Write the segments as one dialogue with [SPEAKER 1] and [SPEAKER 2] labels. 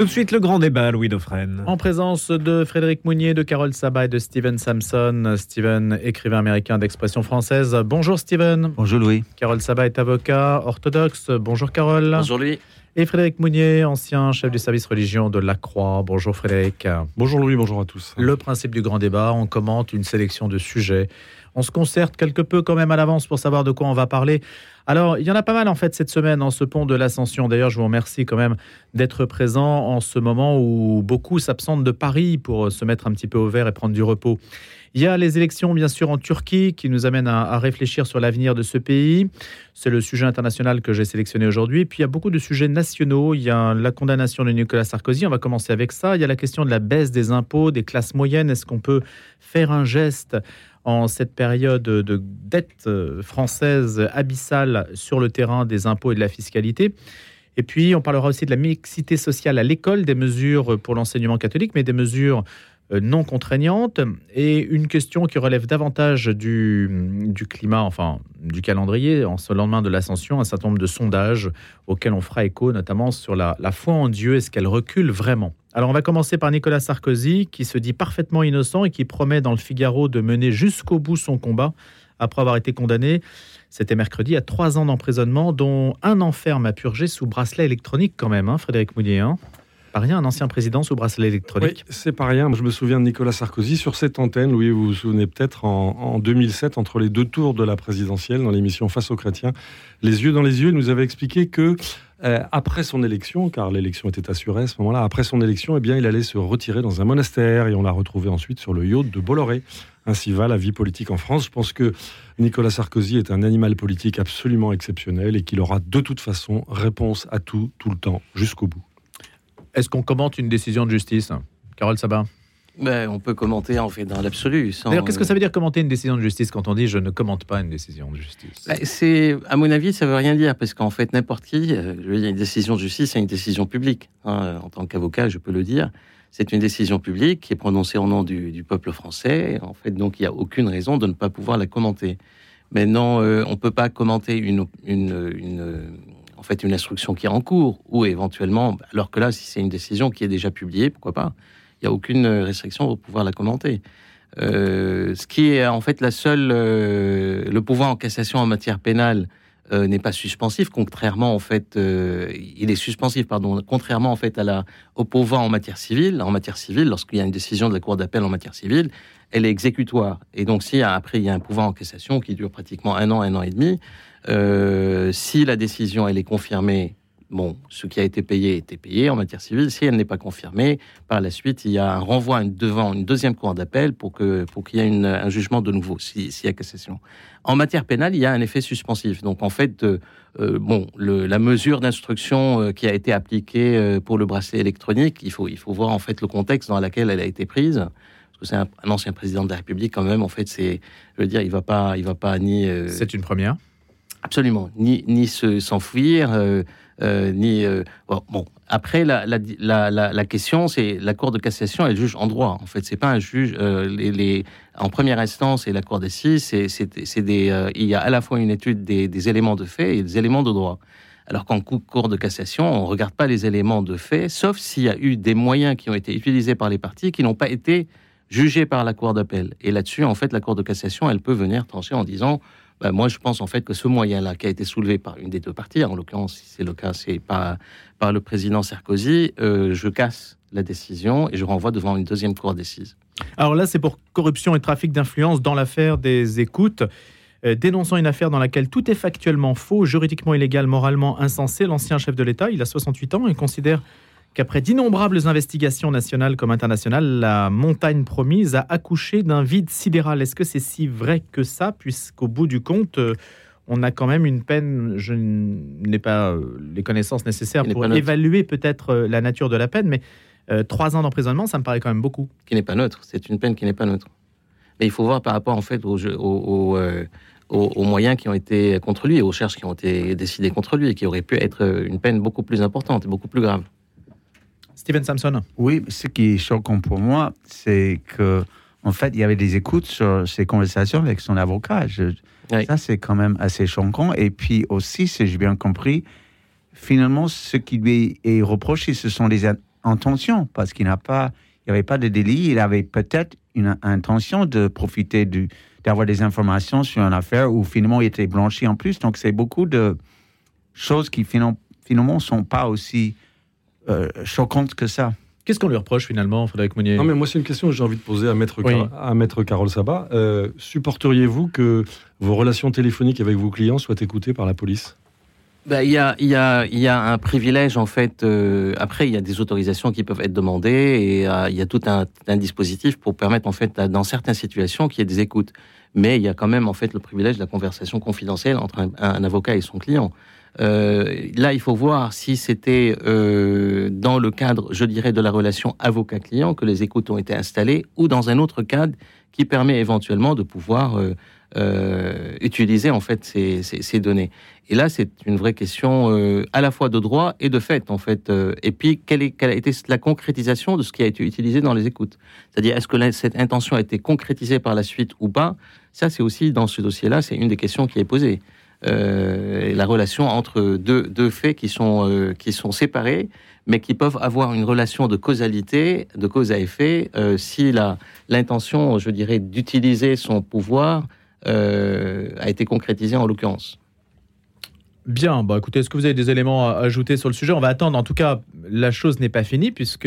[SPEAKER 1] Tout de suite, le grand débat, Louis Dauphren.
[SPEAKER 2] En présence de Frédéric Mounier, de Carole Sabat et de Steven Samson. Steven, écrivain américain d'expression française. Bonjour Steven.
[SPEAKER 3] Bonjour Louis.
[SPEAKER 2] Carole Sabat est avocat orthodoxe. Bonjour Carole.
[SPEAKER 4] Bonjour Louis.
[SPEAKER 2] Et Frédéric Mounier, ancien chef du service religion de la Croix. Bonjour Frédéric.
[SPEAKER 5] Bonjour Louis, bonjour à tous.
[SPEAKER 2] Le principe du grand débat, on commente une sélection de sujets. On se concerte quelque peu quand même à l'avance pour savoir de quoi on va parler. Alors, il y en a pas mal en fait cette semaine en ce pont de l'Ascension. D'ailleurs, je vous remercie quand même d'être présent en ce moment où beaucoup s'absentent de Paris pour se mettre un petit peu au vert et prendre du repos. Il y a les élections, bien sûr, en Turquie qui nous amènent à réfléchir sur l'avenir de ce pays. C'est le sujet international que j'ai sélectionné aujourd'hui. Puis il y a beaucoup de sujets nationaux. Il y a la condamnation de Nicolas Sarkozy. On va commencer avec ça. Il y a la question de la baisse des impôts des classes moyennes. Est-ce qu'on peut faire un geste en cette période de dette française abyssale sur le terrain des impôts et de la fiscalité? Et puis, on parlera aussi de la mixité sociale à l'école, des mesures pour l'enseignement catholique, mais des mesures non contraignantes. Et une question qui relève davantage du climat, enfin du calendrier, en ce lendemain de l'Ascension, un certain nombre de sondages auxquels on fera écho, notamment sur la foi en Dieu. Est-ce qu'elle recule vraiment ? Alors, on va commencer par Nicolas Sarkozy, qui se dit parfaitement innocent et qui promet dans le Figaro de mener jusqu'au bout son combat après avoir été condamné. C'était mercredi à 3 ans d'emprisonnement, dont 1 an ferme à purger sous bracelet électronique quand même, Frédéric Mounier. Pas rien, un ancien président sous bracelet électronique.
[SPEAKER 5] Oui, c'est pas rien. Je me souviens de Nicolas Sarkozy sur cette antenne, Louis, vous vous souvenez peut-être, en 2007, entre les 2 tours de la présidentielle, dans l'émission Face aux chrétiens, les yeux dans les yeux, il nous avait expliqué que après son élection, car l'élection était assurée à ce moment-là, après son élection, eh bien, il allait se retirer dans un monastère et on l'a retrouvé ensuite sur le yacht de Bolloré. Ainsi va la vie politique en France. Je pense que Nicolas Sarkozy est un animal politique absolument exceptionnel et qu'il aura de toute façon réponse à tout le temps, jusqu'au bout.
[SPEAKER 2] Est-ce qu'on commente une décision de justice ? Carole Sabat ?
[SPEAKER 4] On peut commenter en fait dans l'absolu.
[SPEAKER 2] D'ailleurs, qu'est-ce que ça veut dire commenter une décision de justice quand on dit je ne commente pas une décision de justice ?
[SPEAKER 4] À mon avis, ça veut rien dire parce qu'en fait, n'importe qui, une décision de justice, c'est une décision publique. En tant qu'avocat, je peux le dire. C'est une décision publique qui est prononcée au nom du peuple français. En fait, donc, il n'y a aucune raison de ne pas pouvoir la commenter. Maintenant, on ne peut pas commenter une instruction qui est en cours ou éventuellement, alors que là, si c'est une décision qui est déjà publiée, pourquoi pas ? Il n'y a aucune restriction pour pouvoir la commenter. Ce qui est en fait le pouvoir en cassation en matière pénale n'est pas suspensif, contrairement en fait, il est suspensif, contrairement en fait au pouvoir en matière civile. En matière civile, lorsqu'il y a une décision de la cour d'appel en matière civile, elle est exécutoire. Et donc, après il y a un pouvoir en cassation qui dure pratiquement 1 an et demi, si la décision elle est confirmée. Ce qui a été payé était payé en matière civile. Si elle n'est pas confirmée, par la suite, il y a un renvoi devant une deuxième cour d'appel pour qu'il y ait un jugement de nouveau, s'il y a cassation. En matière pénale, il y a un effet suspensif. Donc, en fait, la mesure d'instruction qui a été appliquée pour le bracelet électronique, il faut voir en fait le contexte dans lequel elle a été prise. Parce que c'est un ancien président de la République quand même. En fait, il va pas ni.
[SPEAKER 2] C'est une première.
[SPEAKER 4] Absolument, ni s'enfuir. Après la question, c'est la Cour de cassation, elle juge en droit. En fait, c'est pas un juge. En première instance et la Cour d'assises, il y a à la fois une étude des éléments de fait et des éléments de droit. Alors qu'en Cour de cassation, on regarde pas les éléments de fait, sauf s'il y a eu des moyens qui ont été utilisés par les parties qui n'ont pas été jugés par la Cour d'appel. Et là-dessus, en fait, la Cour de cassation, elle peut venir trancher en disant. Moi, je pense en fait que ce moyen-là qui a été soulevé par une des 2 parties, en l'occurrence, si c'est le cas, c'est par le président Sarkozy, je casse la décision et je renvoie devant une deuxième cour d'assises.
[SPEAKER 2] Alors là, c'est pour corruption et trafic d'influence dans l'affaire des écoutes. Dénonçant une affaire dans laquelle tout est factuellement faux, juridiquement illégal, moralement insensé, l'ancien chef de l'État, il a 68 ans et considère qu'après d'innombrables investigations nationales comme internationales, la montagne promise a accouché d'un vide sidéral. Est-ce que c'est si vrai que ça, puisqu'au bout du compte, on a quand même une peine, je n'ai pas les connaissances nécessaires pour évaluer peut-être la nature de la peine, mais 3 ans d'emprisonnement, ça me paraît quand même beaucoup.
[SPEAKER 4] Qui n'est pas neutre, c'est une peine qui n'est pas neutre. Mais il faut voir par rapport en fait aux moyens qui ont été contre lui, aux recherches qui ont été décidées contre lui, et qui auraient pu être une peine beaucoup plus importante et beaucoup plus grave.
[SPEAKER 2] Steven Samson.
[SPEAKER 3] Oui, ce qui est choquant pour moi, c'est que en fait, il y avait des écoutes sur ces conversations avec son avocat.
[SPEAKER 4] Oui.
[SPEAKER 3] Ça, c'est quand même assez choquant. Et puis aussi, si j'ai bien compris, finalement, ce qui lui est reproché, ce sont intention, parce qu'il n'y avait pas de délit, il avait peut-être une intention de profiter d'avoir des informations sur une affaire où finalement il était blanchi en plus. Donc c'est beaucoup de choses qui finalement ne sont pas aussi choquantes que ça.
[SPEAKER 2] Qu'est-ce qu'on lui reproche finalement, Frédéric Monnier ?
[SPEAKER 5] Non, mais moi, c'est une question que j'ai envie de poser à Maître Carole Sabat. Supporteriez-vous que vos relations téléphoniques avec vos clients soient écoutées par la police ?
[SPEAKER 4] Il y a un privilège, en fait. Après, il y a des autorisations qui peuvent être demandées et il y a tout un dispositif pour permettre, en fait, dans certaines situations, qu'il y ait des écoutes. Mais il y a quand même, en fait, le privilège de la conversation confidentielle entre un avocat et son client. Là, il faut voir si c'était dans le cadre, je dirais, de la relation avocat-client que les écoutes ont été installées ou dans un autre cadre qui permet éventuellement de pouvoir utiliser en fait ces données. Et là, c'est une vraie question à la fois de droit et de fait, en fait. Et puis, quelle a été la concrétisation de ce qui a été utilisé dans les écoutes ? C'est-à-dire, est-ce que cette intention a été concrétisée par la suite ou pas ? Ça, c'est aussi, dans ce dossier-là, c'est une des questions qui est posée. La relation entre deux faits qui sont séparés, mais qui peuvent avoir une relation de causalité, de cause à effet, si l'intention, je dirais, d'utiliser son pouvoir a été concrétisée en l'occurrence.
[SPEAKER 2] Bien, écoutez, est-ce que vous avez des éléments à ajouter sur le sujet ? On va attendre. En tout cas, la chose n'est pas finie puisque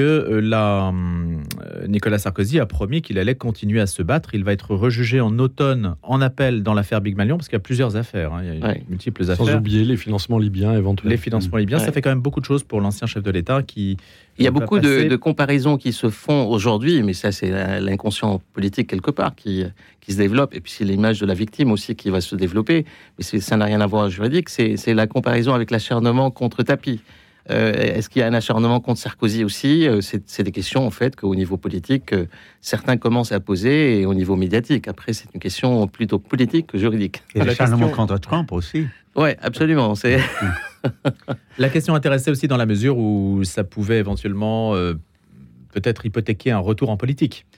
[SPEAKER 2] Nicolas Sarkozy a promis qu'il allait continuer à se battre. Il va être rejugé en automne en appel dans l'affaire Big Malion parce qu'il y a plusieurs affaires. Il y a multiples affaires.
[SPEAKER 5] Sans oublier les financements libyens éventuels.
[SPEAKER 2] Les financements libyens, ça fait quand même beaucoup de choses pour l'ancien chef de l'État qui...
[SPEAKER 4] Il y a beaucoup de comparaisons qui se font aujourd'hui, mais ça, c'est l'inconscient politique quelque part qui se développe. Et puis, c'est l'image de la victime aussi qui va se développer. Mais ça n'a rien à voir avec le juridique. C'est la comparaison avec l'acharnement contre Tapie. Est-ce qu'il y a un acharnement contre Sarkozy aussi ? C'est des questions, en fait, qu'au niveau politique, certains commencent à poser, et au niveau médiatique. Après, c'est une question plutôt politique que juridique.
[SPEAKER 3] Et l'acharnement contre Trump aussi.
[SPEAKER 4] Oui, absolument.
[SPEAKER 2] La question intéressait aussi dans la mesure où ça pouvait éventuellement peut-être hypothéquer un retour en politique.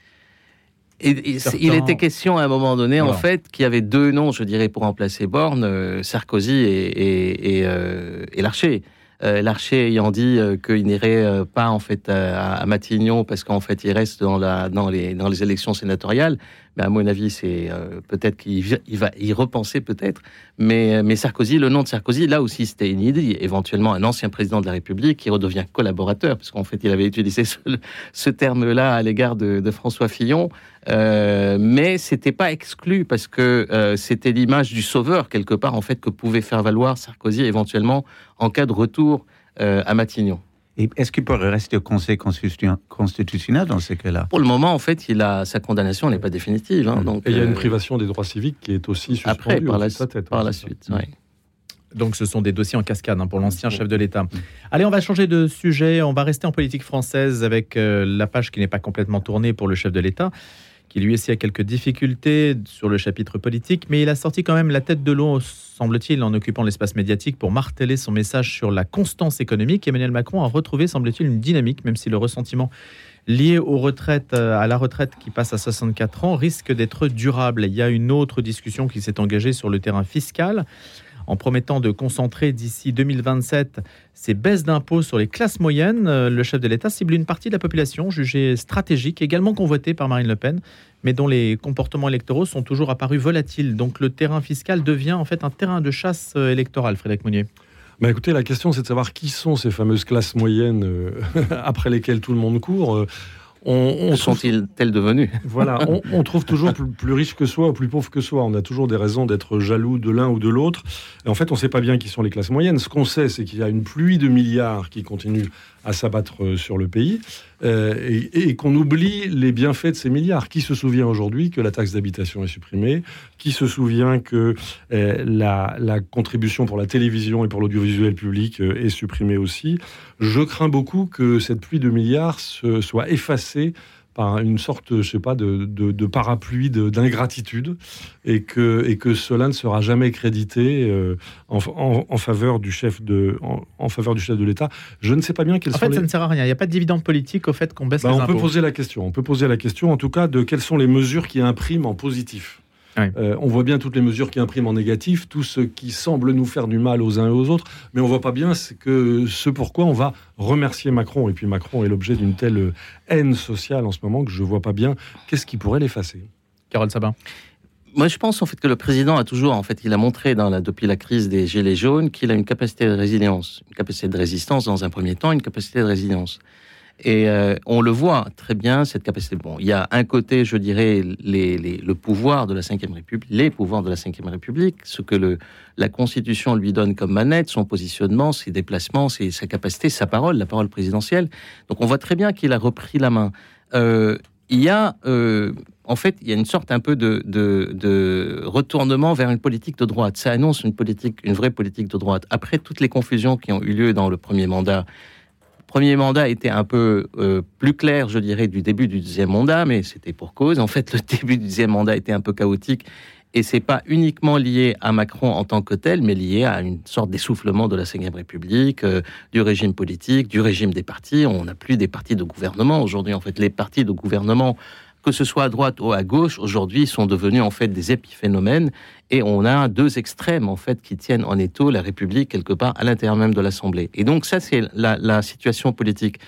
[SPEAKER 4] Il était question à un moment donné, en fait, qu'il y avait deux noms, je dirais, pour remplacer Borne, Sarkozy et Larcher. Larcher ayant dit qu'il n'irait pas en fait à Matignon parce qu'en fait il reste dans les élections sénatoriales. Mais à mon avis, c'est peut-être qu'il va y repenser peut-être. Mais Sarkozy, le nom de Sarkozy, là aussi c'était une idée. Éventuellement un ancien président de la République qui redevient collaborateur, parce qu'en fait il avait utilisé ce terme-là à l'égard de François Fillon. Mais c'était pas exclu parce que c'était l'image du sauveur quelque part en fait que pouvait faire valoir Sarkozy éventuellement en cas de retour à Matignon.
[SPEAKER 3] Et est-ce qu'il pourrait rester au Conseil constitutionnel dans ces cas-là ?
[SPEAKER 4] Pour le moment, en fait, sa condamnation n'est pas définitive. Donc,
[SPEAKER 5] et il y a une privation des droits civiques qui est aussi suspendue
[SPEAKER 4] après, par la
[SPEAKER 5] suite.
[SPEAKER 4] Oui.
[SPEAKER 2] Donc ce sont des dossiers en cascade pour l'ancien chef de l'État. Allez, on va changer de sujet. On va rester en politique française avec la page qui n'est pas complètement tournée pour le chef de l'État, qui lui aussi a quelques difficultés sur le chapitre politique, mais il a sorti quand même la tête de l'eau, semble-t-il, en occupant l'espace médiatique pour marteler son message sur la constance économique. Emmanuel Macron a retrouvé, semble-t-il, une dynamique, même si le ressentiment lié aux retraites, à la retraite qui passe à 64 ans risque d'être durable. Il y a une autre discussion qui s'est engagée sur le terrain fiscal, en promettant de concentrer d'ici 2027 ces baisses d'impôts sur les classes moyennes. Le chef de l'État cible une partie de la population jugée stratégique, également convoitée par Marine Le Pen, mais dont les comportements électoraux sont toujours apparus volatiles. Donc le terrain fiscal devient en fait un terrain de chasse électorale, Frédéric Monnier.
[SPEAKER 5] Écoutez, la question c'est de savoir qui sont ces fameuses classes moyennes après lesquelles tout le monde court.
[SPEAKER 4] Sont-ils devenus ?
[SPEAKER 5] Voilà, on trouve toujours plus riche que soi ou plus pauvre que soi. On a toujours des raisons d'être jaloux de l'un ou de l'autre. Et en fait, on ne sait pas bien qui sont les classes moyennes. Ce qu'on sait, c'est qu'il y a une pluie de milliards qui continue à s'abattre sur le pays et qu'on oublie les bienfaits de ces milliards. Qui se souvient aujourd'hui que la taxe d'habitation est supprimée ? Qui se souvient que la contribution pour la télévision et pour l'audiovisuel public est supprimée aussi ? Je crains beaucoup que cette pluie de milliards soit effacée par une sorte, je sais pas, de parapluie d'ingratitude et que cela ne sera jamais crédité en faveur du chef de l'État. Je ne sais pas bien quels sont
[SPEAKER 2] ça ne sert à rien. Il n'y a pas de dividende politique au fait qu'on baisse les impôts.
[SPEAKER 5] On peut poser la question, en tout cas, de quelles sont les mesures qui impriment en positif.
[SPEAKER 2] Oui.
[SPEAKER 5] On voit bien toutes les mesures qui impriment en négatif, tout ce qui semble nous faire du mal aux uns et aux autres, mais on voit pas bien ce pourquoi on va remercier Macron. Et puis Macron est l'objet d'une telle haine sociale en ce moment que je vois pas bien qu'est-ce qui pourrait l'effacer.
[SPEAKER 2] Carole Sabin.
[SPEAKER 4] Moi, je pense en fait que le président a toujours, en fait, il a montré depuis la crise des gilets jaunes qu'il a une capacité de résilience, une capacité de résistance dans un premier temps, une capacité de résilience. Et on le voit très bien, cette capacité. Bon, il y a un côté, je dirais, le pouvoir de la Ve République, les pouvoirs de la Ve République, ce que la Constitution lui donne comme manette, son positionnement, ses déplacements, sa capacité, sa parole, la parole présidentielle. Donc on voit très bien qu'il a repris la main. Il y a une sorte un peu de retournement vers une politique de droite. Ça annonce une vraie politique de droite. Après toutes les confusions qui ont eu lieu dans le premier mandat, était un peu plus clair, je dirais, du début du deuxième mandat, mais c'était pour cause. En fait, le début du deuxième mandat était un peu chaotique, et c'est pas uniquement lié à Macron en tant que tel, mais lié à une sorte d'essoufflement de la Ve République, du régime politique, du régime des partis. On n'a plus des partis de gouvernement aujourd'hui. En fait, les partis de gouvernement, que ce soit à droite ou à gauche, aujourd'hui sont devenus en fait des épiphénomènes, et on a deux extrêmes en fait qui tiennent en étau la République quelque part à l'intérieur même de l'Assemblée. Et donc ça, c'est la situation politique.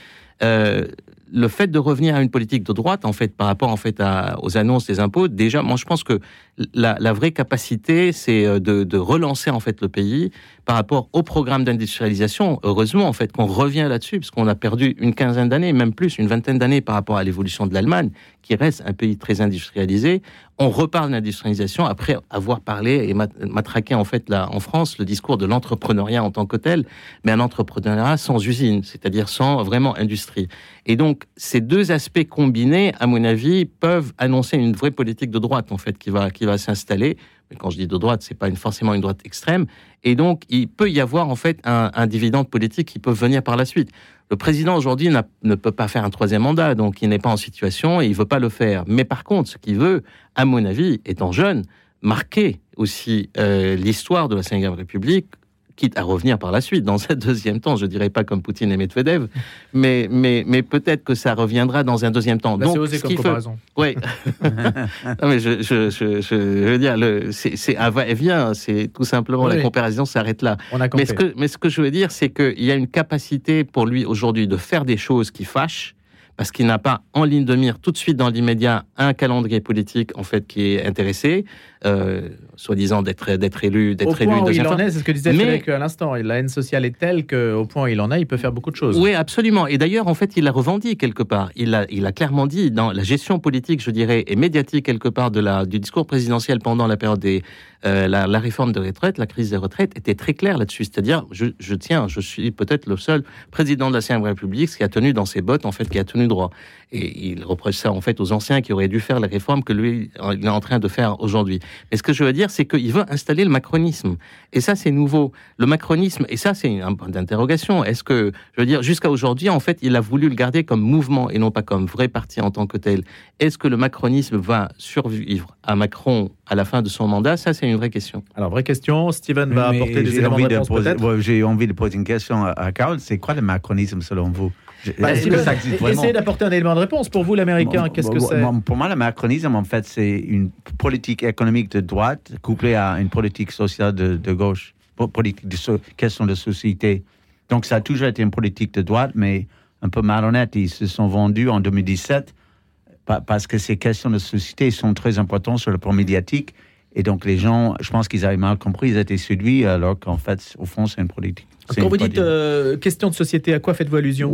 [SPEAKER 4] Le fait de revenir à une politique de droite, en fait, par rapport en fait aux annonces des impôts, déjà, moi je pense que la vraie capacité, c'est de relancer en fait le pays par rapport au programme d'industrialisation. Heureusement en fait qu'on revient là-dessus, parce qu'on a perdu une quinzaine d'années, même plus, une vingtaine d'années par rapport à l'évolution de l'Allemagne, qui reste un pays très industrialisé. On reparle d'industrialisation après avoir parlé et matraqué en fait là en France le discours de l'entrepreneuriat en tant que tel, mais un entrepreneuriat sans usine, c'est-à-dire sans vraiment industrie. Et donc ces deux aspects combinés, à mon avis, peuvent annoncer une vraie politique de droite en fait qui va s'installer. Mais quand je dis de droite, c'est pas forcément une droite extrême. Et donc il peut y avoir en fait un dividende politique qui peut venir par la suite. Le président aujourd'hui ne peut pas faire un troisième mandat, donc il n'est pas en situation et il veut pas le faire. Mais par contre, ce qu'il veut, à mon avis, étant jeune, marquer aussi l'histoire de la Ve République, quitte à revenir par la suite, dans un deuxième temps. Je dirais pas comme Poutine et Medvedev, mais peut-être que ça reviendra dans un deuxième temps.
[SPEAKER 2] Là,
[SPEAKER 4] donc,
[SPEAKER 2] c'est osé comme comparaison.
[SPEAKER 4] Oui. Non, mais je veux dire, c'est un va-et-vient, c'est tout simplement la comparaison s'arrête là.
[SPEAKER 2] On a compris.
[SPEAKER 4] Mais ce que je veux dire, c'est qu'il y a une capacité pour lui aujourd'hui de faire des choses qui fâchent, parce qu'il n'a pas en ligne de mire tout de suite dans l'immédiat un calendrier politique en fait qui est intéressé, soi-disant d'être élu, d'être élu une deuxième fois. Au point où il en
[SPEAKER 2] est, c'est ce que disait Frédéric à l'instant. La haine sociale est telle qu'au point où il en est, il peut faire beaucoup de choses.
[SPEAKER 4] Oui, absolument. Et d'ailleurs, en fait, il l'a revendiqué quelque part. Il a clairement dit dans la gestion politique, je dirais, et médiatique quelque part du discours présidentiel pendant la période la réforme des retraites, la crise des retraites était très claire là-dessus. C'est-à-dire, je suis peut-être le seul président de la Ve République qui a tenu dans ses bottes, en fait, qui a tenu droit. Et il reproche ça, en fait, aux anciens qui auraient dû faire les réformes que lui, il est en train de faire aujourd'hui. Mais ce que je veux dire, c'est qu'il veut installer le macronisme. Et ça, c'est nouveau. Le macronisme, et ça, c'est un point d'interrogation. Est-ce que, je veux dire, jusqu'à aujourd'hui, en fait, il a voulu le garder comme mouvement et non pas comme vrai parti en tant que tel. Est-ce que le macronisme va survivre à Macron à la fin de son mandat? Ça, c'est une vraie question.
[SPEAKER 2] Alors, vraie question. Steven va apporter des éléments de réponse, peut-être.
[SPEAKER 3] J'ai envie de poser une question à Carole. C'est quoi le macronisme, selon vous?
[SPEAKER 2] Essayez d'apporter un élément de réponse. Pour vous, l'Américain, qu'est-ce que c'est?
[SPEAKER 3] Pour moi, le macronisme, en fait, c'est une politique économique de droite couplée à une politique sociale de gauche, politique de question de société. Donc, ça a toujours été une politique de droite, mais un peu malhonnête. Ils se sont vendus en 2017 parce que ces questions de société sont très importantes sur le plan médiatique. Et donc, les gens, je pense qu'ils avaient mal compris, ils étaient séduits, alors qu'en fait, au fond, c'est une politique.
[SPEAKER 2] Quand vous dites question de société, à quoi faites-vous allusion?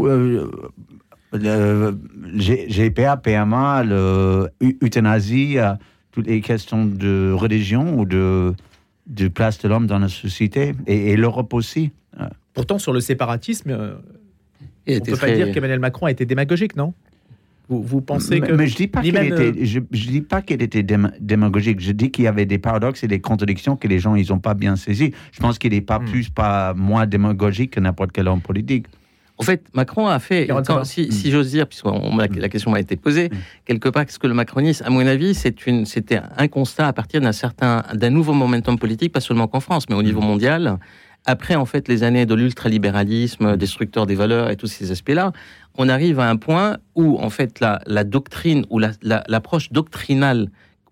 [SPEAKER 3] GPA, PMA, l'euthanasie, toutes les questions de religion ou de place de l'homme dans la société, et l'Europe aussi.
[SPEAKER 2] Pourtant, sur le séparatisme, on ne peut pas dire qu'Emmanuel Macron a été démagogique, non? Vous pensez que...
[SPEAKER 3] Mais je ne dis pas qu'il était démagogique. Je dis qu'il y avait des paradoxes et des contradictions que les gens ils n'ont pas bien saisi. Je pense qu'il n'est pas moins démagogique que n'importe quel homme politique.
[SPEAKER 4] En fait, Macron a fait, si j'ose dire, puisque la question m'a été posée, quelque part, ce que le macronisme, à mon avis, c'était un constat à partir d'un nouveau momentum politique, pas seulement qu'en France, mais au niveau mondial. Après, en fait, les années de l'ultralibéralisme, destructeur des valeurs et tous ces aspects-là, on arrive à un point où, en fait, la doctrine ou l'approche doctrinale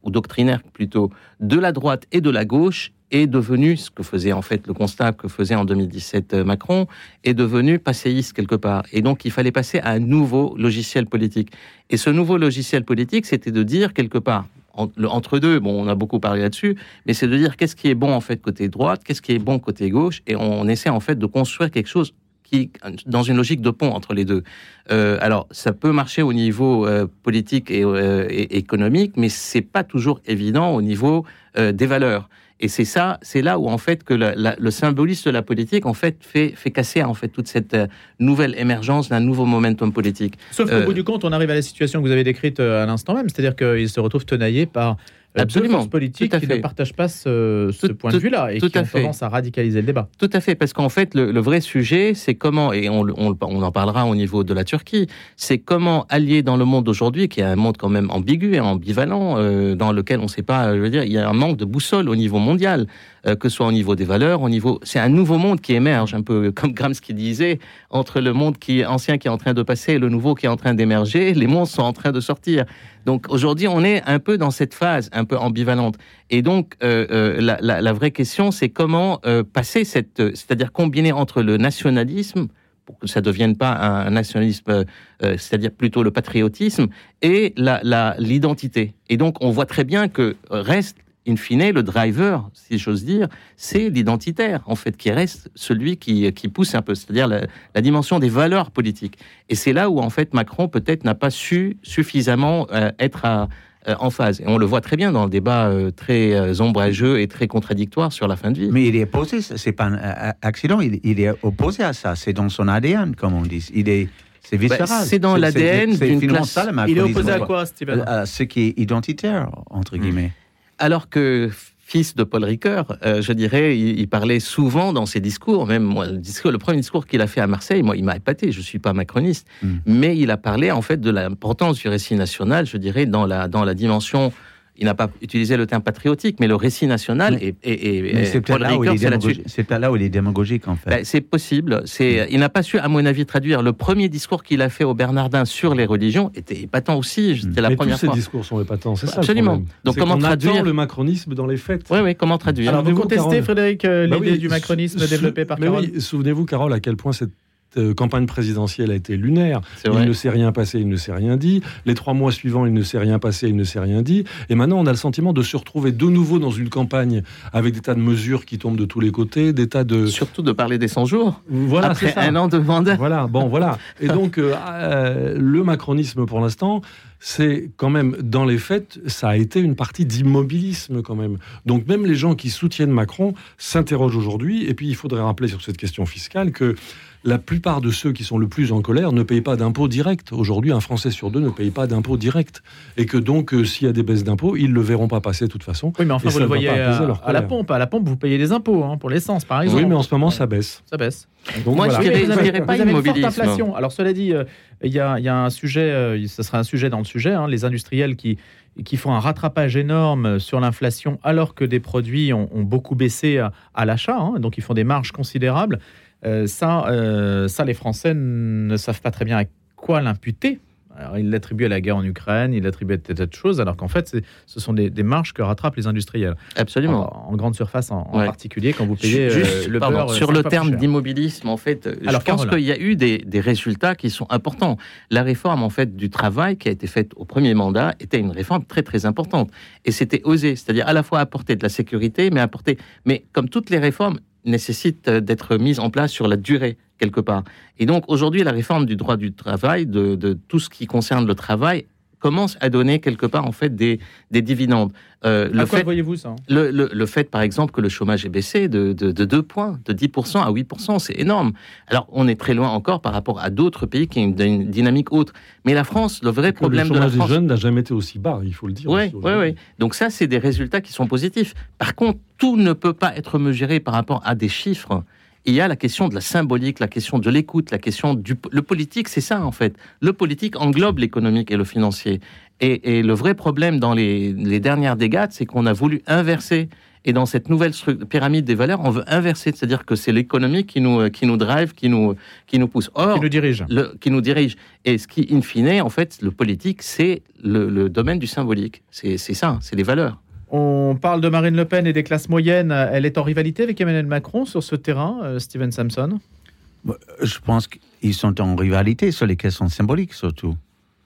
[SPEAKER 4] ou doctrinaire plutôt, de la droite et de la gauche est devenu, ce que faisait en fait le constat que faisait en 2017 Macron, est devenu passéiste quelque part. Et donc il fallait passer à un nouveau logiciel politique. Et ce nouveau logiciel politique, c'était de dire quelque part, entre deux, bon, on a beaucoup parlé là-dessus, mais c'est de dire qu'est-ce qui est bon en fait côté droite, qu'est-ce qui est bon côté gauche, et on essaie en fait de construire quelque chose qui, dans une logique de pont entre les deux. Alors, ça peut marcher au niveau politique et économique, mais c'est pas toujours évident au niveau des valeurs. Et c'est là où en fait que le symbolisme de la politique en fait fait casser en fait toute cette nouvelle émergence d'un nouveau momentum politique.
[SPEAKER 2] Sauf qu'au bout du compte, on arrive à la situation que vous avez décrite à l'instant même, c'est-à-dire qu'il se retrouve tenaillé par deux forces politiques qui ne partagent pas ce point de vue-là et qui ont tendance à radicaliser le débat.
[SPEAKER 4] Tout à fait, parce qu'en fait, le vrai sujet, c'est comment, et on en parlera au niveau de la Turquie, c'est comment allier dans le monde d'aujourd'hui, qui est un monde quand même ambigu et ambivalent, dans lequel on ne sait pas, je veux dire, il y a un manque de boussole au niveau mondial, que ce soit au niveau des valeurs, c'est un nouveau monde qui émerge, un peu comme Gramsci disait, entre le monde ancien qui est en train de passer et le nouveau qui est en train d'émerger, les mondes sont en train de sortir. Donc aujourd'hui, on est un peu dans cette phase un peu ambivalente. Et donc, la vraie question, c'est comment passer c'est-à-dire combiner entre le nationalisme, pour que ça ne devienne pas un nationalisme, c'est-à-dire plutôt le patriotisme, et l'identité. Et donc, on voit très bien que reste, in fine, le driver, si j'ose dire, c'est l'identitaire, en fait, qui reste celui qui pousse un peu, c'est-à-dire la dimension des valeurs politiques. Et c'est là où, en fait, Macron, peut-être, n'a pas su suffisamment être en phase. Et on le voit très bien dans le débat très ombrageux et très contradictoire sur la fin de vie.
[SPEAKER 3] Mais il est opposé, c'est pas un accident, il est opposé à ça, c'est dans son ADN, comme on dit. C'est viscéral.
[SPEAKER 4] C'est dans l'ADN d'une classe.
[SPEAKER 2] Il est opposé à quoi, Steven ?
[SPEAKER 3] À ce qui est identitaire, entre guillemets.
[SPEAKER 4] Alors que, fils de Paul Ricoeur, je dirais, il parlait souvent dans ses discours, même moi, le premier discours qu'il a fait à Marseille, moi, il m'a épaté, je ne suis pas macroniste, mais il a parlé en fait de l'importance du récit national, je dirais, dans la dimension... Il n'a pas utilisé le terme patriotique, mais le récit national et Paul Ricoeur, c'est là-dessus.
[SPEAKER 3] C'est là où il est démagogique, en fait.
[SPEAKER 4] C'est possible. Il n'a pas su, à mon avis, traduire. Le premier discours qu'il a fait au Bernardin sur les religions était épatant aussi. C'était la première fois.
[SPEAKER 5] Tous ces discours sont épatants, c'est ça.
[SPEAKER 4] Absolument.
[SPEAKER 5] Le problème.
[SPEAKER 4] Donc, comment traduire
[SPEAKER 5] le macronisme dans les faits.
[SPEAKER 4] Oui, comment traduire.
[SPEAKER 2] Alors, vous contestez, Frédéric, l'idée du macronisme développée par Carole ?
[SPEAKER 5] Oui, souvenez-vous, Carole, à quel point cette campagne présidentielle a été lunaire. Il ne s'est rien passé, il ne s'est rien dit. Les 3 mois suivants, il ne s'est rien passé, il ne s'est rien dit. Et maintenant, on a le sentiment de se retrouver de nouveau dans une campagne avec des tas de mesures qui tombent de tous les côtés, des tas de...
[SPEAKER 4] Surtout de parler des 100 jours,
[SPEAKER 5] voilà,
[SPEAKER 4] après un an de mandat.
[SPEAKER 5] Voilà. Et donc, le macronisme, pour l'instant, c'est quand même, dans les faits, ça a été une partie d'immobilisme quand même. Donc même les gens qui soutiennent Macron s'interrogent aujourd'hui. Et puis, il faudrait rappeler sur cette question fiscale que la plupart de ceux qui sont le plus en colère ne payent pas d'impôts directs. Aujourd'hui, un Français sur 2 ne paye pas d'impôts directs. Et que donc, s'il y a des baisses d'impôts, ils ne le verront pas passer de toute façon.
[SPEAKER 2] Oui, mais enfin, vous le voyez à la pompe. À la pompe, vous payez des impôts pour l'essence, par exemple.
[SPEAKER 5] Oui, mais en ce moment, ça baisse.
[SPEAKER 2] Ça baisse.
[SPEAKER 4] Donc, moi, je dirais pas immobilisme.
[SPEAKER 2] Une forte inflation. Alors, cela dit, il y a un sujet, ce sera un sujet dans le sujet, les industriels qui font un rattrapage énorme sur l'inflation alors que des produits ont beaucoup baissé à l'achat, donc ils font des marges considérables. Ça, les Français ne savent pas très bien à quoi l'imputer. Alors, ils l'attribuent à la guerre en Ukraine, ils l'attribuent à des tas de choses, alors qu'en fait, ce sont des marges que rattrapent les industriels.
[SPEAKER 4] Absolument.
[SPEAKER 2] En grande surface en particulier, quand vous payez le beurre.
[SPEAKER 4] Sur le terme d'immobilisme, en fait, je pense qu'il y a eu des résultats qui sont importants. La réforme, en fait, du travail qui a été faite au premier mandat était une réforme très, très importante. Et c'était osé, c'est-à-dire à la fois apporter de la sécurité, mais comme toutes les réformes, nécessite d'être mise en place sur la durée, quelque part. Et donc, aujourd'hui, la réforme du droit du travail, de tout ce qui concerne le travail, commence à donner, quelque part, en fait, des dividendes.
[SPEAKER 2] À quoi voyez-vous ça ?
[SPEAKER 4] Le fait, par exemple, que le chômage est baissé de 2 points, de 10% à 8%, c'est énorme. Alors, on est très loin encore par rapport à d'autres pays qui ont une dynamique autre. Mais la France, le vrai problème de la France...
[SPEAKER 5] Le chômage des jeunes n'a jamais été aussi bas, il faut le dire.
[SPEAKER 4] Oui. Donc ça, c'est des résultats qui sont positifs. Par contre, tout ne peut pas être mesuré par rapport à des chiffres. Il y a la question de la symbolique, la question de l'écoute, la question le politique, c'est ça en fait. Le politique englobe l'économique et le financier. Et le vrai problème dans les dernières dégates, c'est qu'on a voulu inverser Et dans cette nouvelle pyramide des valeurs, on veut inverser, c'est-à-dire que c'est l'économie qui nous drive, qui nous pousse. Or, qui nous dirige. Et ce qui, in fine, en fait, le politique, c'est le domaine du symbolique. C'est ça, c'est les valeurs.
[SPEAKER 2] On parle de Marine Le Pen et des classes moyennes. Elle est en rivalité avec Emmanuel Macron sur ce terrain, Steven Samson?
[SPEAKER 3] Je pense qu'ils sont en rivalité sur les questions symboliques, surtout.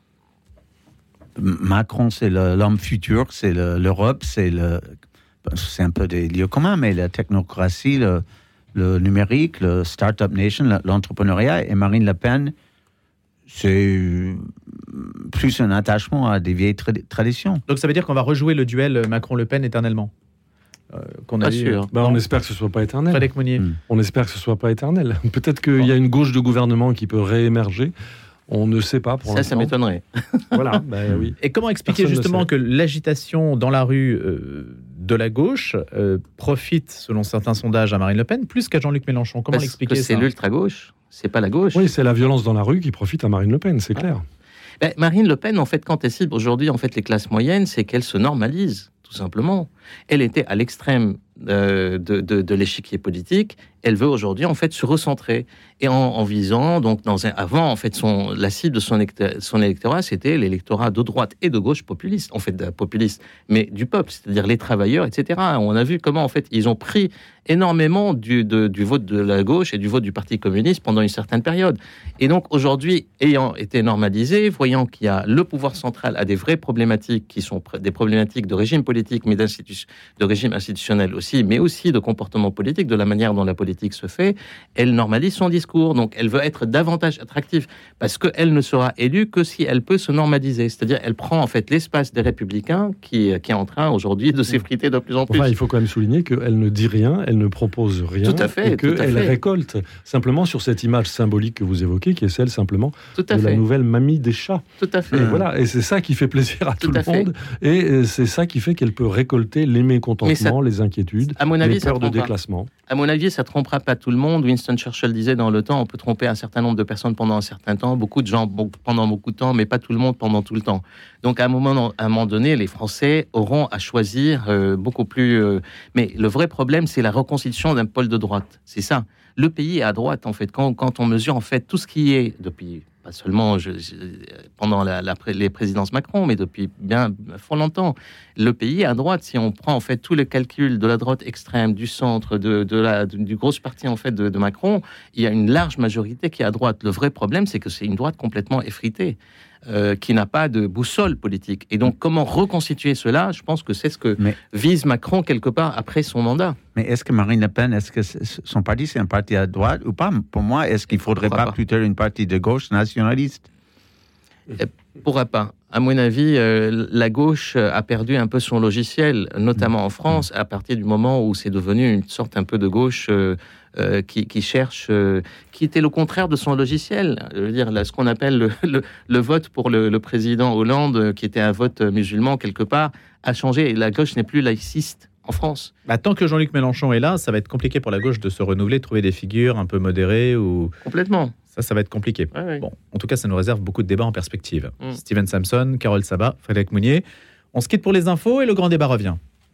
[SPEAKER 3] Macron, c'est l'homme futur, c'est l'Europe, c'est un peu des lieux communs, mais la technocratie, le numérique, le Startup Nation, l'entrepreneuriat, et Marine Le Pen, c'est plus un attachement à des vieilles traditions.
[SPEAKER 2] Donc ça veut dire qu'on va rejouer le duel Macron-Le Pen éternellement?
[SPEAKER 4] Pas sûr.
[SPEAKER 5] On espère que ce ne soit pas éternel.
[SPEAKER 2] Frédéric Monnier.
[SPEAKER 5] On espère que ce ne soit pas éternel. Peut-être qu'il y a une gauche de gouvernement qui peut réémerger. On ne sait pas pour l'instant.
[SPEAKER 4] Ça m'étonnerait.
[SPEAKER 5] Voilà, oui.
[SPEAKER 2] Et comment expliquer justement que l'agitation dans la rue de la gauche profite, selon certains sondages, à Marine Le Pen, plus qu'à Jean-Luc Mélenchon? Comment l'expliquer, ça?
[SPEAKER 4] C'est l'ultra-gauche, c'est pas la gauche.
[SPEAKER 5] Oui, c'est la violence dans la rue qui profite à Marine Le Pen, c'est clair.
[SPEAKER 4] Marine Le Pen, en fait, quand elle cible aujourd'hui les classes moyennes, c'est qu'elle se normalise, tout simplement. Elle était à l'extrême de l'échiquier politique. Elle veut aujourd'hui en fait se recentrer et en visant donc avant en fait la cible de son électorat, c'était l'électorat de droite et de gauche populiste, en fait populiste, mais du peuple, c'est-à-dire les travailleurs, etc. On a vu comment en fait ils ont pris énormément du vote de la gauche et du vote du Parti communiste pendant une certaine période. Et donc aujourd'hui, ayant été normalisé, voyant qu'il y a le pouvoir central a des vraies problématiques qui sont des problématiques de régime politique, mais de régime institutionnel aussi, mais aussi de comportement politique, de la manière dont la politique se fait, elle normalise son discours. Donc, elle veut être davantage attractive parce qu'elle ne sera élue que si elle peut se normaliser. C'est-à-dire, elle prend en fait l'espace des Républicains qui est en train aujourd'hui de s'effriter de plus en plus.
[SPEAKER 5] Enfin, il faut quand même souligner qu'elle ne dit rien, elle ne propose rien,
[SPEAKER 4] tout à fait,
[SPEAKER 5] et qu'elle récolte simplement sur cette image symbolique que vous évoquez, qui est celle simplement de la nouvelle mamie des chats.
[SPEAKER 4] Tout à fait.
[SPEAKER 5] Et voilà, et c'est ça qui fait plaisir à tout le monde, et c'est ça qui fait qu'elle peut récolter les mécontentements, les inquiétudes, les peurs de déclassement.
[SPEAKER 4] À mon avis, ça ne trompera pas tout le monde. Winston Churchill disait dans le temps, on peut tromper un certain nombre de personnes pendant un certain temps, beaucoup de gens pendant beaucoup de temps, mais pas tout le monde pendant tout le temps. Donc à un moment donné, les Français auront à choisir beaucoup plus... Mais le vrai problème, c'est la reconstitution d'un pôle de droite. C'est ça. Le pays est à droite, en fait. Quand on mesure, en fait, tout ce qui est, depuis... pas seulement pendant les présidences Macron, mais depuis bien fort longtemps. Le pays est à droite. Si on prend en fait tous les calculs de la droite extrême, du centre, du grosse partie en fait de Macron, il y a une large majorité qui est à droite. Le vrai problème, c'est que c'est une droite complètement effritée, qui n'a pas de boussole politique. Et donc, comment reconstituer cela? Je pense que c'est ce que vise Macron quelque part après son mandat.
[SPEAKER 3] Mais est-ce que Marine Le Pen, est-ce que son parti, c'est un parti à droite ou pas? Pour moi, est-ce qu'il ne faudrait pas plutôt une partie de gauche nationaliste?
[SPEAKER 4] Pourra pas. À mon avis, la gauche a perdu un peu son logiciel, notamment en France, à partir du moment où c'est devenu une sorte un peu de gauche qui cherche, qui était le contraire de son logiciel. Je veux dire, là, ce qu'on appelle le vote pour le président Hollande, qui était un vote musulman quelque part, a changé. La gauche n'est plus laïciste en France.
[SPEAKER 2] Tant que Jean-Luc Mélenchon est là, ça va être compliqué pour la gauche de se renouveler, de trouver des figures un peu modérées ou...
[SPEAKER 4] Complètement.
[SPEAKER 2] Ça va être compliqué.
[SPEAKER 4] Ouais.
[SPEAKER 2] Bon, en tout cas, ça nous réserve beaucoup de débats en perspective. Steven Samson, Carole Sabat, Frédéric Mounier. On se quitte pour les infos et le grand débat revient.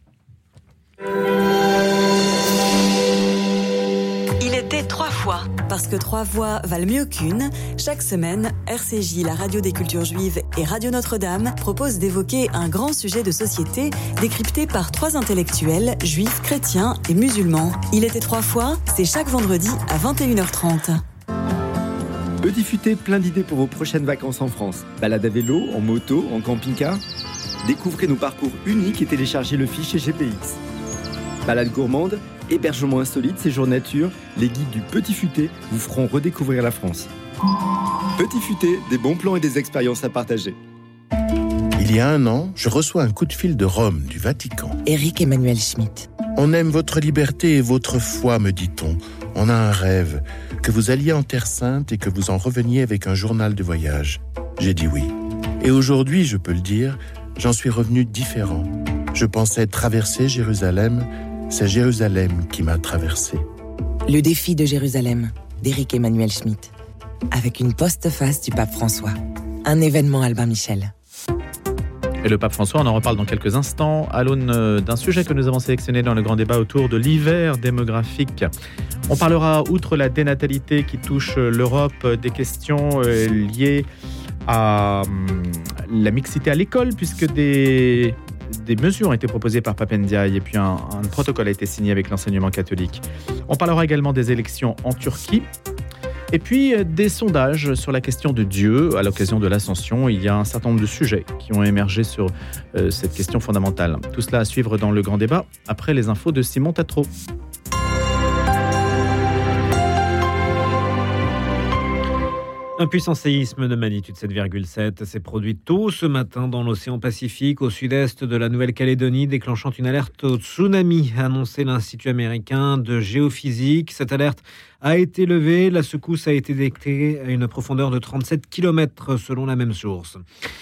[SPEAKER 6] Il était 3 fois. Parce que 3 voix valent mieux qu'une, chaque semaine, RCJ, la radio des cultures juives et Radio Notre-Dame proposent d'évoquer un grand sujet de société décrypté par 3 intellectuels, juifs, chrétiens et musulmans. Il était 3 fois, c'est chaque vendredi à 21h30.
[SPEAKER 7] Petit Futé, plein d'idées pour vos prochaines vacances en France. Balade à vélo, en moto, en camping-car. Découvrez nos parcours uniques et téléchargez le fichier GPX. Balade gourmande, hébergement insolite, séjour nature, les guides du Petit Futé vous feront redécouvrir la France. Petit Futé, des bons plans et des expériences à partager.
[SPEAKER 8] Il y a 1 an, je reçois un coup de fil de Rome, du Vatican.
[SPEAKER 9] Éric Emmanuel Schmitt.
[SPEAKER 8] On aime votre liberté et votre foi, me dit-on. On a un rêve, que vous alliez en Terre Sainte et que vous en reveniez avec un journal de voyage. J'ai dit oui. Et aujourd'hui, je peux le dire, j'en suis revenu différent. Je pensais traverser Jérusalem, c'est Jérusalem qui m'a traversé.
[SPEAKER 9] Le défi de Jérusalem, d'Éric Emmanuel Schmitt. Avec une postface du pape François. Un événement Albin Michel.
[SPEAKER 2] Et le pape François, on en reparle dans quelques instants à l'aune d'un sujet que nous avons sélectionné dans le grand débat autour de l'hiver démographique. On parlera, outre la dénatalité qui touche l'Europe, des questions liées à la mixité à l'école, puisque des mesures ont été proposées par Pape Ndiaye et puis un protocole a été signé avec l'enseignement catholique. On parlera également des élections en Turquie. Et puis des sondages sur la question de Dieu à l'occasion de l'Ascension. Il y a un certain nombre de sujets qui ont émergé sur cette question fondamentale. Tout cela à suivre dans le grand débat après les infos de Simon Tatro.
[SPEAKER 1] Un puissant séisme de magnitude 7,7 s'est produit tôt ce matin dans l'océan Pacifique, au sud-est de la Nouvelle-Calédonie, déclenchant une alerte au tsunami, a annoncé l'Institut américain de géophysique. Cette alerte a été levée. La secousse a été détectée à une profondeur de 37 km selon la même source.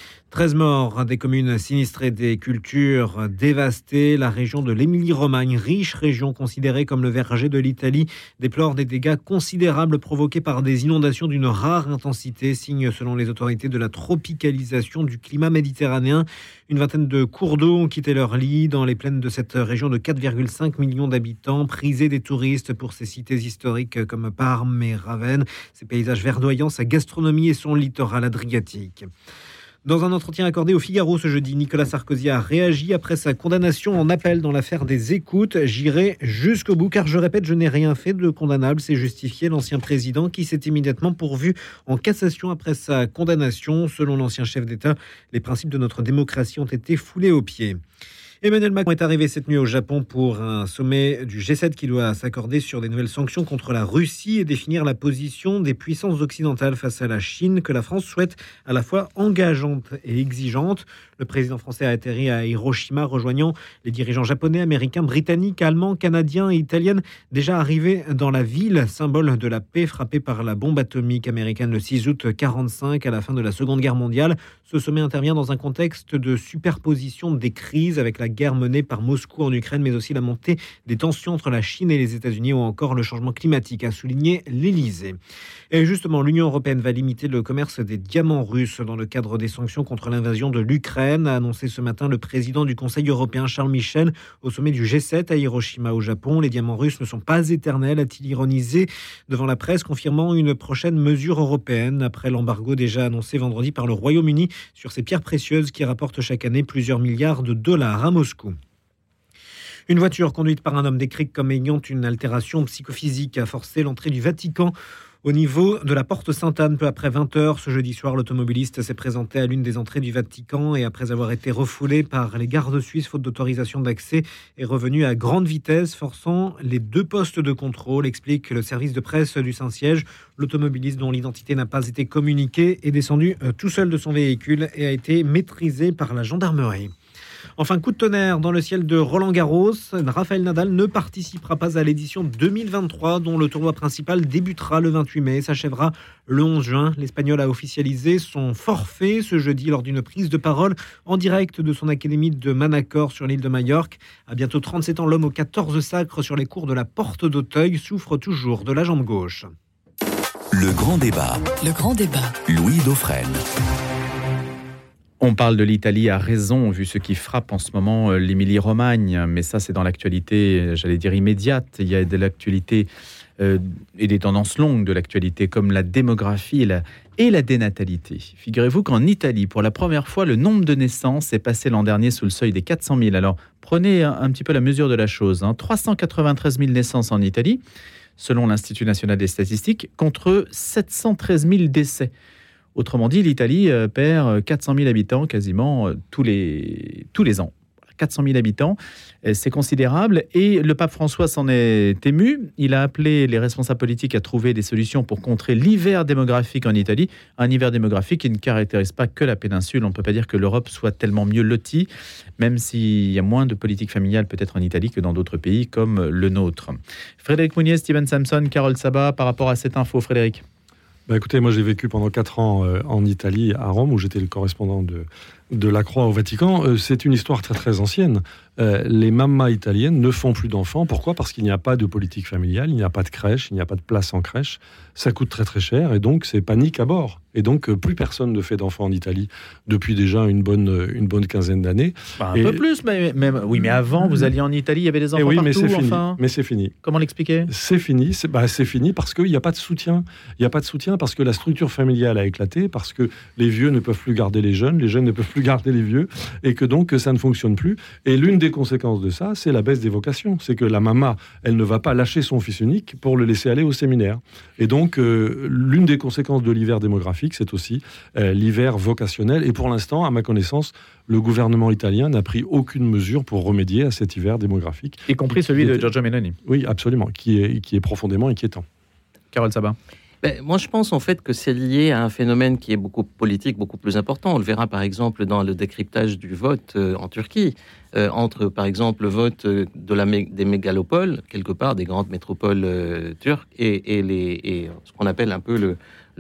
[SPEAKER 1] 13 morts, des communes sinistrées, des cultures dévastées. La région de l'Émilie-Romagne, riche région considérée comme le verger de l'Italie, déplore des dégâts considérables provoqués par des inondations d'une rare intensité, signe selon les autorités de la tropicalisation du climat méditerranéen. Une vingtaine de cours d'eau ont quitté leur lit dans les plaines de cette région de 4,5 millions d'habitants, prisée des touristes pour ses cités historiques comme Parme et Ravenne, ses paysages verdoyants, sa gastronomie et son littoral adriatique. Dans un entretien accordé au Figaro ce jeudi, Nicolas Sarkozy a réagi après sa condamnation en appel dans l'affaire des écoutes. J'irai jusqu'au bout car je répète, je n'ai rien fait de condamnable, s'est justifié l'ancien président qui s'est immédiatement pourvu en cassation après sa condamnation. Selon l'ancien chef d'État, les principes de notre démocratie ont été foulés aux pieds. Emmanuel Macron est arrivé cette nuit au Japon pour un sommet du G7 qui doit s'accorder sur des nouvelles sanctions contre la Russie et définir la position des puissances occidentales face à la Chine que la France souhaite à la fois engageante et exigeante. Le président français a atterri à Hiroshima, rejoignant les dirigeants japonais, américains, britanniques, allemands, canadiens et italiens déjà arrivés dans la ville, symbole de la paix frappée par la bombe atomique américaine le 6 août 1945 à la fin de la Seconde Guerre mondiale. Ce sommet intervient dans un contexte de superposition des crises avec la guerre menée par Moscou en Ukraine, mais aussi la montée des tensions entre la Chine et les États-Unis ou encore le changement climatique, a souligné l'Élysée. Et justement, l'Union européenne va limiter le commerce des diamants russes dans le cadre des sanctions contre l'invasion de l'Ukraine, a annoncé ce matin le président du Conseil européen Charles Michel au sommet du G7 à Hiroshima au Japon. Les diamants russes ne sont pas éternels, a-t-il ironisé devant la presse, confirmant une prochaine mesure européenne après l'embargo déjà annoncé vendredi par le Royaume-Uni sur ces pierres précieuses qui rapportent chaque année plusieurs milliards de dollars à Moscou. Une voiture conduite par un homme décrite comme ayant une altération psychophysique a forcé l'entrée du Vatican au niveau de la porte Sainte-Anne peu après 20h. Ce jeudi soir, l'automobiliste s'est présenté à l'une des entrées du Vatican et après avoir été refoulé par les gardes suisses faute d'autorisation d'accès, est revenu à grande vitesse, forçant les 2 postes de contrôle, explique le service de presse du Saint-Siège. L'automobiliste, dont l'identité n'a pas été communiquée, est descendu tout seul de son véhicule et a été maîtrisé par la gendarmerie. Enfin, coup de tonnerre dans le ciel de Roland-Garros. Rafael Nadal ne participera pas à l'édition 2023 dont le tournoi principal débutera le 28 mai et s'achèvera le 11 juin. L'Espagnol a officialisé son forfait ce jeudi lors d'une prise de parole en direct de son académie de Manacor sur l'île de Majorque. À bientôt 37 ans, l'homme aux 14 sacres sur les cours de la Porte d'Auteuil souffre toujours de la jambe gauche.
[SPEAKER 10] Le grand débat.
[SPEAKER 6] Le grand débat.
[SPEAKER 10] Louis Dauphren.
[SPEAKER 2] On parle de l'Italie à raison, vu ce qui frappe en ce moment l'Émilie-Romagne. Mais ça, c'est dans l'actualité, j'allais dire immédiate. Il y a de l'actualité et des tendances longues de l'actualité, comme la démographie et la dénatalité. Figurez-vous qu'en Italie, pour la première fois, le nombre de naissances est passé l'an dernier sous le seuil des 400 000. Alors, prenez un petit peu la mesure de la chose. 393 000 naissances en Italie, selon l'Institut national des statistiques, contre 713 000 décès. Autrement dit, l'Italie perd 400 000 habitants quasiment tous les ans. 400 000 habitants, c'est considérable. Et le pape François s'en est ému. Il a appelé les responsables politiques à trouver des solutions pour contrer l'hiver démographique en Italie. Un hiver démographique qui ne caractérise pas que la péninsule. On ne peut pas dire que l'Europe soit tellement mieux lotie, même s'il y a moins de politique familiale peut-être en Italie que dans d'autres pays comme le nôtre. Frédéric Mounier, Steven Samson, Carole Sabat, par rapport à cette info, Frédéric.
[SPEAKER 5] Écoutez, moi j'ai vécu pendant 4 ans en Italie, à Rome, où j'étais le correspondant de la Croix au Vatican, c'est une histoire très très ancienne. Les mamas italiennes ne font plus d'enfants. Pourquoi ? Parce qu'il n'y a pas de politique familiale, il n'y a pas de crèche, il n'y a pas de place en crèche. Ça coûte très très cher et donc c'est panique à bord. Et donc plus personne ne fait d'enfants en Italie depuis déjà une bonne quinzaine d'années.
[SPEAKER 2] Un peu plus, mais avant, vous alliez en Italie, il y avait des enfants partout.
[SPEAKER 5] Mais c'est fini.
[SPEAKER 2] Comment l'expliquer ?
[SPEAKER 5] C'est fini. C'est fini parce qu'il n'y a pas de soutien. Il n'y a pas de soutien parce que la structure familiale a éclaté, parce que les vieux ne peuvent plus garder les jeunes ne peuvent plus garder les vieux, et que donc ça ne fonctionne plus. Et l'une des conséquences de ça, c'est la baisse des vocations. C'est que la maman, elle ne va pas lâcher son fils unique pour le laisser aller au séminaire. Et donc, l'une des conséquences de l'hiver démographique, c'est aussi l'hiver vocationnel. Et pour l'instant, à ma connaissance, le gouvernement italien n'a pris aucune mesure pour remédier à cet hiver démographique.
[SPEAKER 2] Y compris celui de Giorgia Meloni.
[SPEAKER 5] Oui, absolument, qui est profondément inquiétant.
[SPEAKER 2] Carole Sabat.
[SPEAKER 4] Moi, je pense en fait que c'est lié à un phénomène qui est beaucoup politique, beaucoup plus important. On le verra par exemple dans le décryptage du vote en Turquie, entre par exemple le vote des mégalopoles, quelque part des grandes métropoles turques, et ce qu'on appelle un peu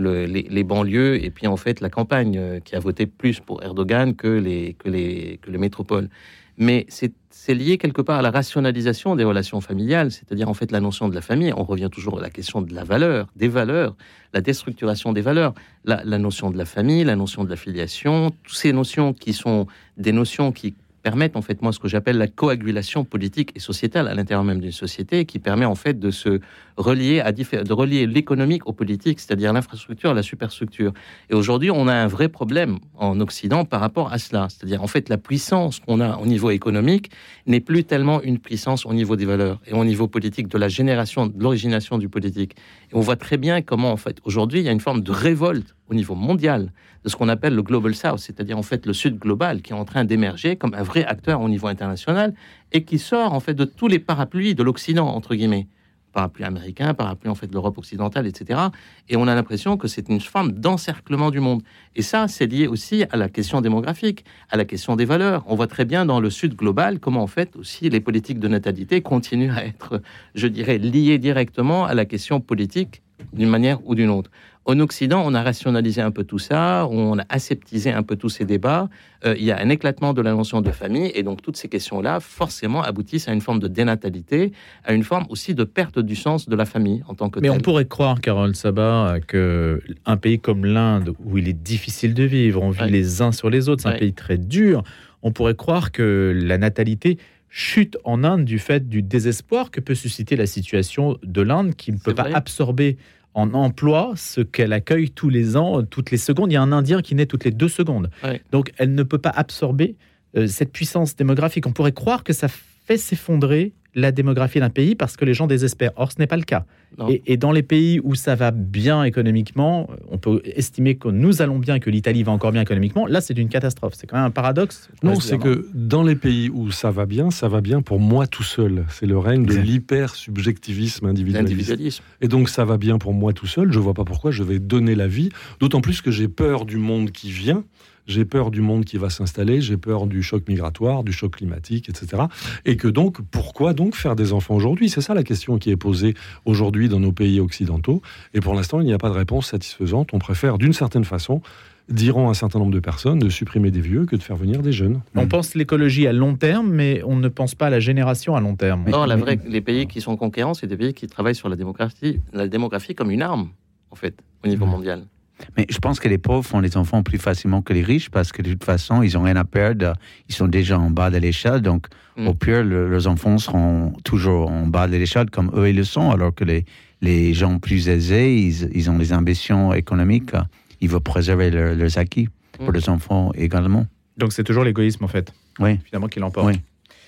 [SPEAKER 4] les banlieues, et puis en fait la campagne qui a voté plus pour Erdogan que les métropoles. Mais c'est lié quelque part à la rationalisation des relations familiales, c'est-à-dire en fait la notion de la famille. On revient toujours à la question de la valeur, des valeurs, la déstructuration des valeurs, la notion de la famille, la notion de la filiation, toutes ces notions qui sont des notions qui permettent en fait moi ce que j'appelle la coagulation politique et sociétale à l'intérieur même d'une société, qui permet en fait de se relier de relier l'économique au politique, c'est-à-dire l'infrastructure à la superstructure. Et aujourd'hui, on a un vrai problème en Occident par rapport à cela, c'est-à-dire en fait la puissance qu'on a au niveau économique n'est plus tellement une puissance au niveau des valeurs et au niveau politique, de la génération, de l'origination du politique. Et on voit très bien comment en fait aujourd'hui il y a une forme de révolte au niveau mondial de ce qu'on appelle le Global South, c'est-à-dire en fait le Sud global qui est en train d'émerger comme un vrai acteur au niveau international et qui sort en fait de tous les parapluies de l'Occident, entre guillemets, parapluie américain, parapluie en fait de l'Europe occidentale, etc. Et on a l'impression que c'est une forme d'encerclement du monde. Et ça, c'est lié aussi à la question démographique, à la question des valeurs. On voit très bien dans le Sud global comment en fait aussi les politiques de natalité continuent à être, je dirais, liées directement à la question politique d'une manière ou d'une autre. En Occident, on a rationalisé un peu tout ça, on a aseptisé un peu tous ces débats. Il y a un éclatement de la notion de famille, et donc toutes ces questions-là, forcément, aboutissent à une forme de dénatalité, à une forme aussi de perte du sens de la famille en tant que telle.
[SPEAKER 2] Mais on pourrait croire, Carole Sabat, qu'un pays comme l'Inde, où il est difficile de vivre, on vit les uns sur les autres, c'est un pays très dur, on pourrait croire que la natalité chute en Inde du fait du désespoir que peut susciter la situation de l'Inde, qui ne peut pas absorber en emploi ce qu'elle accueille tous les ans, toutes les secondes. Il y a un Indien qui naît toutes les 2 secondes. Donc, elle ne peut pas absorber cette puissance démographique. On pourrait croire que ça fait s'effondrer la démographie d'un pays parce que les gens désespèrent. Or, ce n'est pas le cas. Et dans les pays où ça va bien économiquement, on peut estimer que nous allons bien, que l'Italie va encore bien économiquement. Là, c'est une catastrophe. C'est quand même un paradoxe.
[SPEAKER 5] Non, c'est que dans les pays où ça va bien pour moi tout seul. C'est le règne de l'hyper-subjectivisme individualiste. Et donc, ça va bien pour moi tout seul. Je ne vois pas pourquoi je vais donner la vie. D'autant plus que j'ai peur du monde qui vient. J'ai peur du monde qui va s'installer, j'ai peur du choc migratoire, du choc climatique, etc. Et que donc, pourquoi donc faire des enfants aujourd'hui ? C'est ça la question qui est posée aujourd'hui dans nos pays occidentaux. Et pour l'instant, il n'y a pas de réponse satisfaisante. On préfère, d'une certaine façon, diront un certain nombre de personnes, de supprimer des vieux que de faire venir des jeunes.
[SPEAKER 2] On pense l'écologie à long terme, mais on ne pense pas à la génération à long terme.
[SPEAKER 4] Non, les pays qui sont conquérants, c'est des pays qui travaillent sur la démographie comme une arme, en fait, au niveau mondial.
[SPEAKER 3] Mais je pense que les pauvres font les enfants plus facilement que les riches parce que de toute façon, ils n'ont rien à perdre. Ils sont déjà en bas de l'échelle. Donc, au pire, leurs enfants seront toujours en bas de l'échelle comme eux, ils le sont. Alors que les gens plus aisés, ils ont des ambitions économiques. Ils veulent préserver leurs acquis pour les enfants également.
[SPEAKER 2] Donc, c'est toujours l'égoïsme, en fait, finalement, qui l'emporte.
[SPEAKER 3] Oui.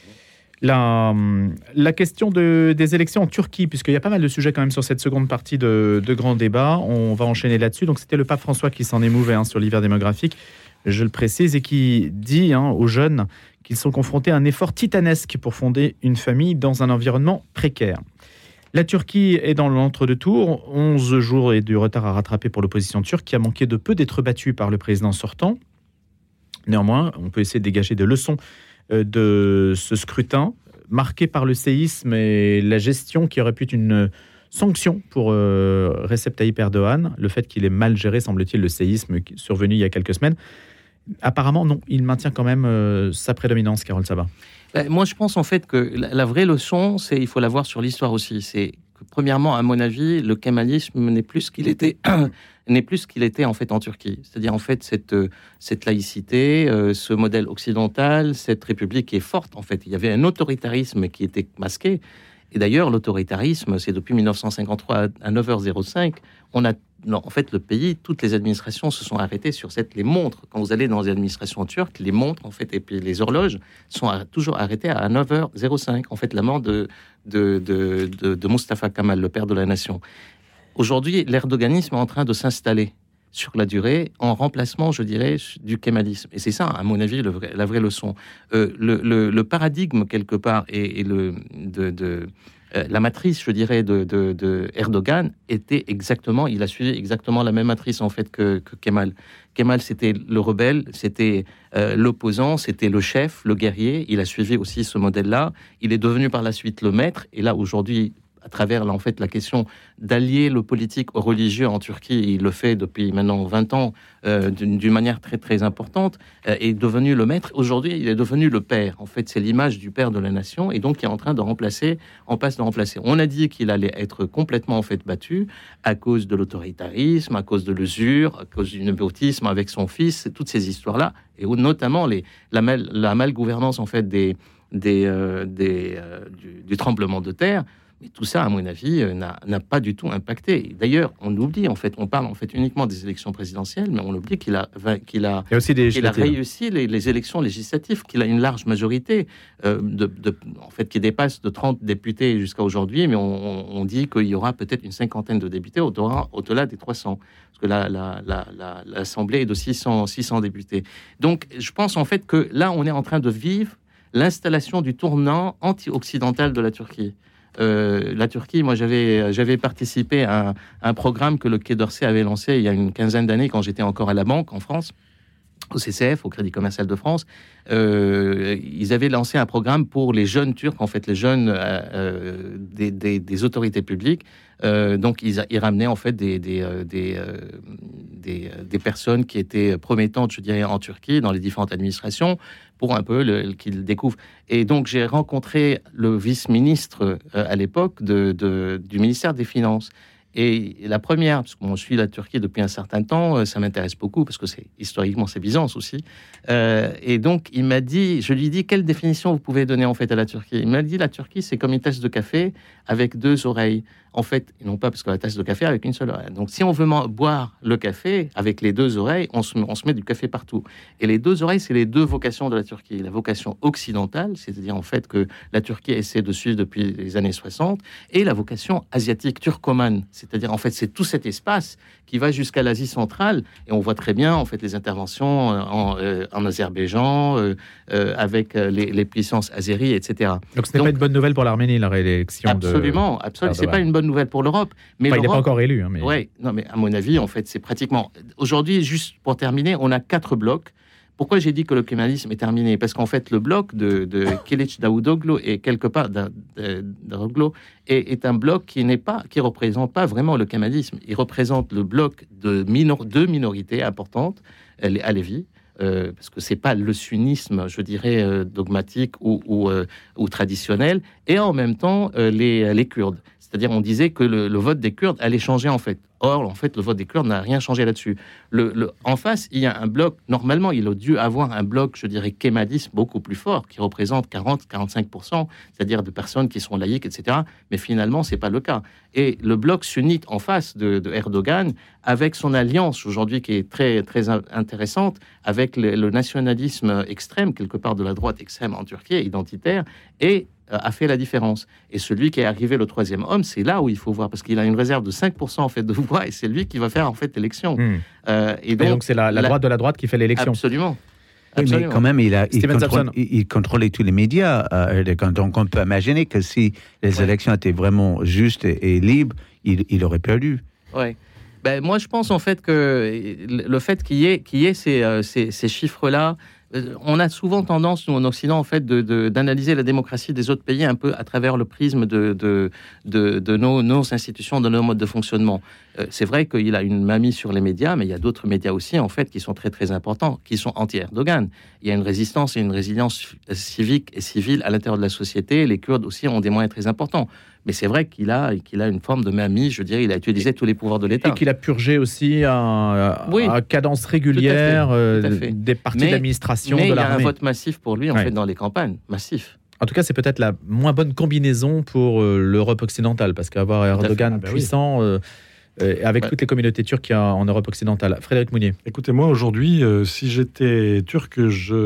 [SPEAKER 2] La question des élections en Turquie, puisqu'il y a pas mal de sujets quand même sur cette seconde partie de grand débat, on va enchaîner là-dessus. Donc c'était le pape François qui s'en émouvait sur l'hiver démographique, je le précise, et qui dit aux jeunes qu'ils sont confrontés à un effort titanesque pour fonder une famille dans un environnement précaire. La Turquie est dans l'entre-deux-tours, 11 jours et du retard à rattraper pour l'opposition turque, qui a manqué de peu d'être battue par le président sortant. Néanmoins, on peut essayer de dégager des leçons de ce scrutin marqué par le séisme et la gestion qui aurait pu être une sanction pour Recep Tayyip Erdogan, le fait qu'il ait mal géré, semble-t-il, le séisme survenu il y a quelques semaines. apparemment, non. Il maintient quand même sa prédominance, Carole Sabat.
[SPEAKER 4] Moi, je pense en fait que la vraie leçon, il faut la voir sur l'histoire aussi. C'est que, premièrement, à mon avis, le kémalisme n'est plus ce qu'il était, en fait en Turquie. C'est-à-dire en fait cette laïcité, ce modèle occidental, cette république qui est forte. En fait, il y avait un autoritarisme qui était masqué. Et d'ailleurs, l'autoritarisme, c'est depuis 1953 à 9h05, en fait, le pays, toutes les administrations se sont arrêtées sur les montres. Quand vous allez dans les administrations turques, les montres, en fait, et puis les horloges sont toujours arrêtées à 9h05. En fait, la mort de Mustafa Kemal, le père de la nation. Aujourd'hui, l'erdoganisme est en train de s'installer sur la durée, en remplacement, je dirais, du kémalisme. Et c'est ça, à mon avis, la vraie leçon. Le paradigme, quelque part, la matrice, je dirais, de Erdogan il a suivi exactement la même matrice, en fait, que Kemal. Kemal, c'était le rebelle, c'était l'opposant, c'était le chef, le guerrier. Il a suivi aussi ce modèle-là. Il est devenu par la suite le maître. Et là, aujourd'hui, à travers en fait, la question d'allier le politique au religieux en Turquie, il le fait depuis maintenant 20 ans d'une manière très très importante, est devenu le maître. Aujourd'hui, il est devenu le père. En fait, c'est l'image du père de la nation, et donc il est en passe de remplacer. On a dit qu'il allait être complètement en fait battu à cause de l'autoritarisme, à cause de l'usure, à cause du népotisme avec son fils, toutes ces histoires-là, et notamment la malgouvernance en fait du tremblement de terre. Mais tout ça, à mon avis, n'a pas du tout impacté. D'ailleurs, on oublie, en fait, on parle en fait uniquement des élections présidentielles, mais on oublie qu'il a réussi les élections législatives, qu'il a une large majorité, en fait, qui dépasse de 30 députés jusqu'à aujourd'hui, mais on dit qu'il y aura peut-être une cinquantaine de députés au-delà des 300, parce que l'Assemblée est de 600 députés. Donc, je pense en fait que là, on est en train de vivre l'installation du tournant anti-occidental de la Turquie. La Turquie, moi j'avais participé à un programme que le Quai d'Orsay avait lancé il y a une quinzaine d'années quand j'étais encore à la banque en France, au CCF, au Crédit Commercial de France. Ils avaient lancé un programme pour les jeunes Turcs, en fait les jeunes des autorités publiques. Donc ils ramenaient en fait des personnes qui étaient promettantes, je dirais, en Turquie, dans les différentes administrations, pour un peu qu'ils découvrent. Et donc j'ai rencontré le vice-ministre à l'époque du ministère des Finances. Et la première, parce que je suis la Turquie depuis un certain temps, ça m'intéresse beaucoup, parce que historiquement c'est Byzance aussi. Et donc je lui ai dit, quelle définition vous pouvez donner en fait à la Turquie? Il m'a dit, la Turquie c'est comme une tasse de café avec deux oreilles. En fait, et non pas parce que la tasse de café avec une seule oreille. Donc si on veut boire le café avec les deux oreilles, on se met du café partout. Et les deux oreilles, c'est les deux vocations de la Turquie. La vocation occidentale, c'est-à-dire en fait que la Turquie essaie de suivre depuis les années 60, et la vocation asiatique, turcomane, c'est-à-dire en fait c'est tout cet espace qui va jusqu'à l'Asie centrale, et on voit très bien en fait les interventions en Azerbaïdjan avec les puissances azéries, etc.
[SPEAKER 2] Donc ce n'est pas une bonne nouvelle pour l'Arménie, la réélection.
[SPEAKER 4] Absolument. C'est pas une bonne nouvelle pour l'Europe. Mais
[SPEAKER 2] il n'est pas encore élu. Mais...
[SPEAKER 4] Ouais, non, mais à mon avis, en fait, c'est pratiquement... Aujourd'hui, juste pour terminer, on a 4 blocs. Pourquoi j'ai dit que le kémalisme est terminé? Parce qu'en fait, le bloc de Kılıç Davutoğlu est quelque part est un bloc qui représente pas vraiment le kémalisme. Il représente le bloc de deux minorités importantes, les Alevis, parce que c'est pas le sunnisme, je dirais, dogmatique ou traditionnel, et en même temps les Kurdes. C'est-à-dire, on disait que le vote des Kurdes allait changer, en fait. Or, en fait, le vote des Kurdes n'a rien changé là-dessus. En face, il y a un bloc, normalement, il a dû avoir un bloc, je dirais, kémaliste beaucoup plus fort, qui représente 40-45%, c'est-à-dire de personnes qui sont laïques, etc. Mais finalement, c'est pas le cas. Et le bloc sunnite en face de Erdogan, avec son alliance aujourd'hui qui est très, très intéressante, avec le nationalisme extrême, quelque part de la droite extrême en Turquie, identitaire, et a fait la différence. Et celui qui est arrivé, le troisième homme, c'est là où il faut voir, parce qu'il a une réserve de 5% en fait de voix, et c'est lui qui va faire en fait l'élection.
[SPEAKER 2] Et donc c'est la droite de la droite qui fait l'élection.
[SPEAKER 4] Absolument.
[SPEAKER 3] Oui, mais quand même, il contrôlait tous les médias. Donc on peut imaginer que si les élections étaient vraiment justes et libres, il aurait perdu.
[SPEAKER 4] Oui. Ben, moi, je pense en fait que le fait qu'il y ait ces chiffres-là, on a souvent tendance, nous, en Occident, en fait, d'analyser la démocratie des autres pays un peu à travers le prisme de nos institutions, de nos modes de fonctionnement. C'est vrai qu'il a une main mise sur les médias, mais il y a d'autres médias aussi, en fait, qui sont très, très importants, qui sont anti-Erdogan. Il y a une résistance et une résilience civique et civile à l'intérieur de la société. Les Kurdes aussi ont des moyens très importants. Mais c'est vrai qu'il a une forme de mainmise, je dirais, il a utilisé tous les pouvoirs de l'État.
[SPEAKER 2] Et qu'il a purgé aussi à cadence régulière
[SPEAKER 4] tout à fait.
[SPEAKER 2] des partis d'administration de l'armée.
[SPEAKER 4] Mais il y a un vote massif pour lui, en fait, dans les campagnes, massif.
[SPEAKER 2] En tout cas, c'est peut-être la moins bonne combinaison pour l'Europe occidentale, parce qu'avoir Erdogan puissant... avec toutes les communautés turques qu'il y a en Europe occidentale. Frédéric Mounier.
[SPEAKER 5] Écoutez, moi aujourd'hui, si j'étais turc,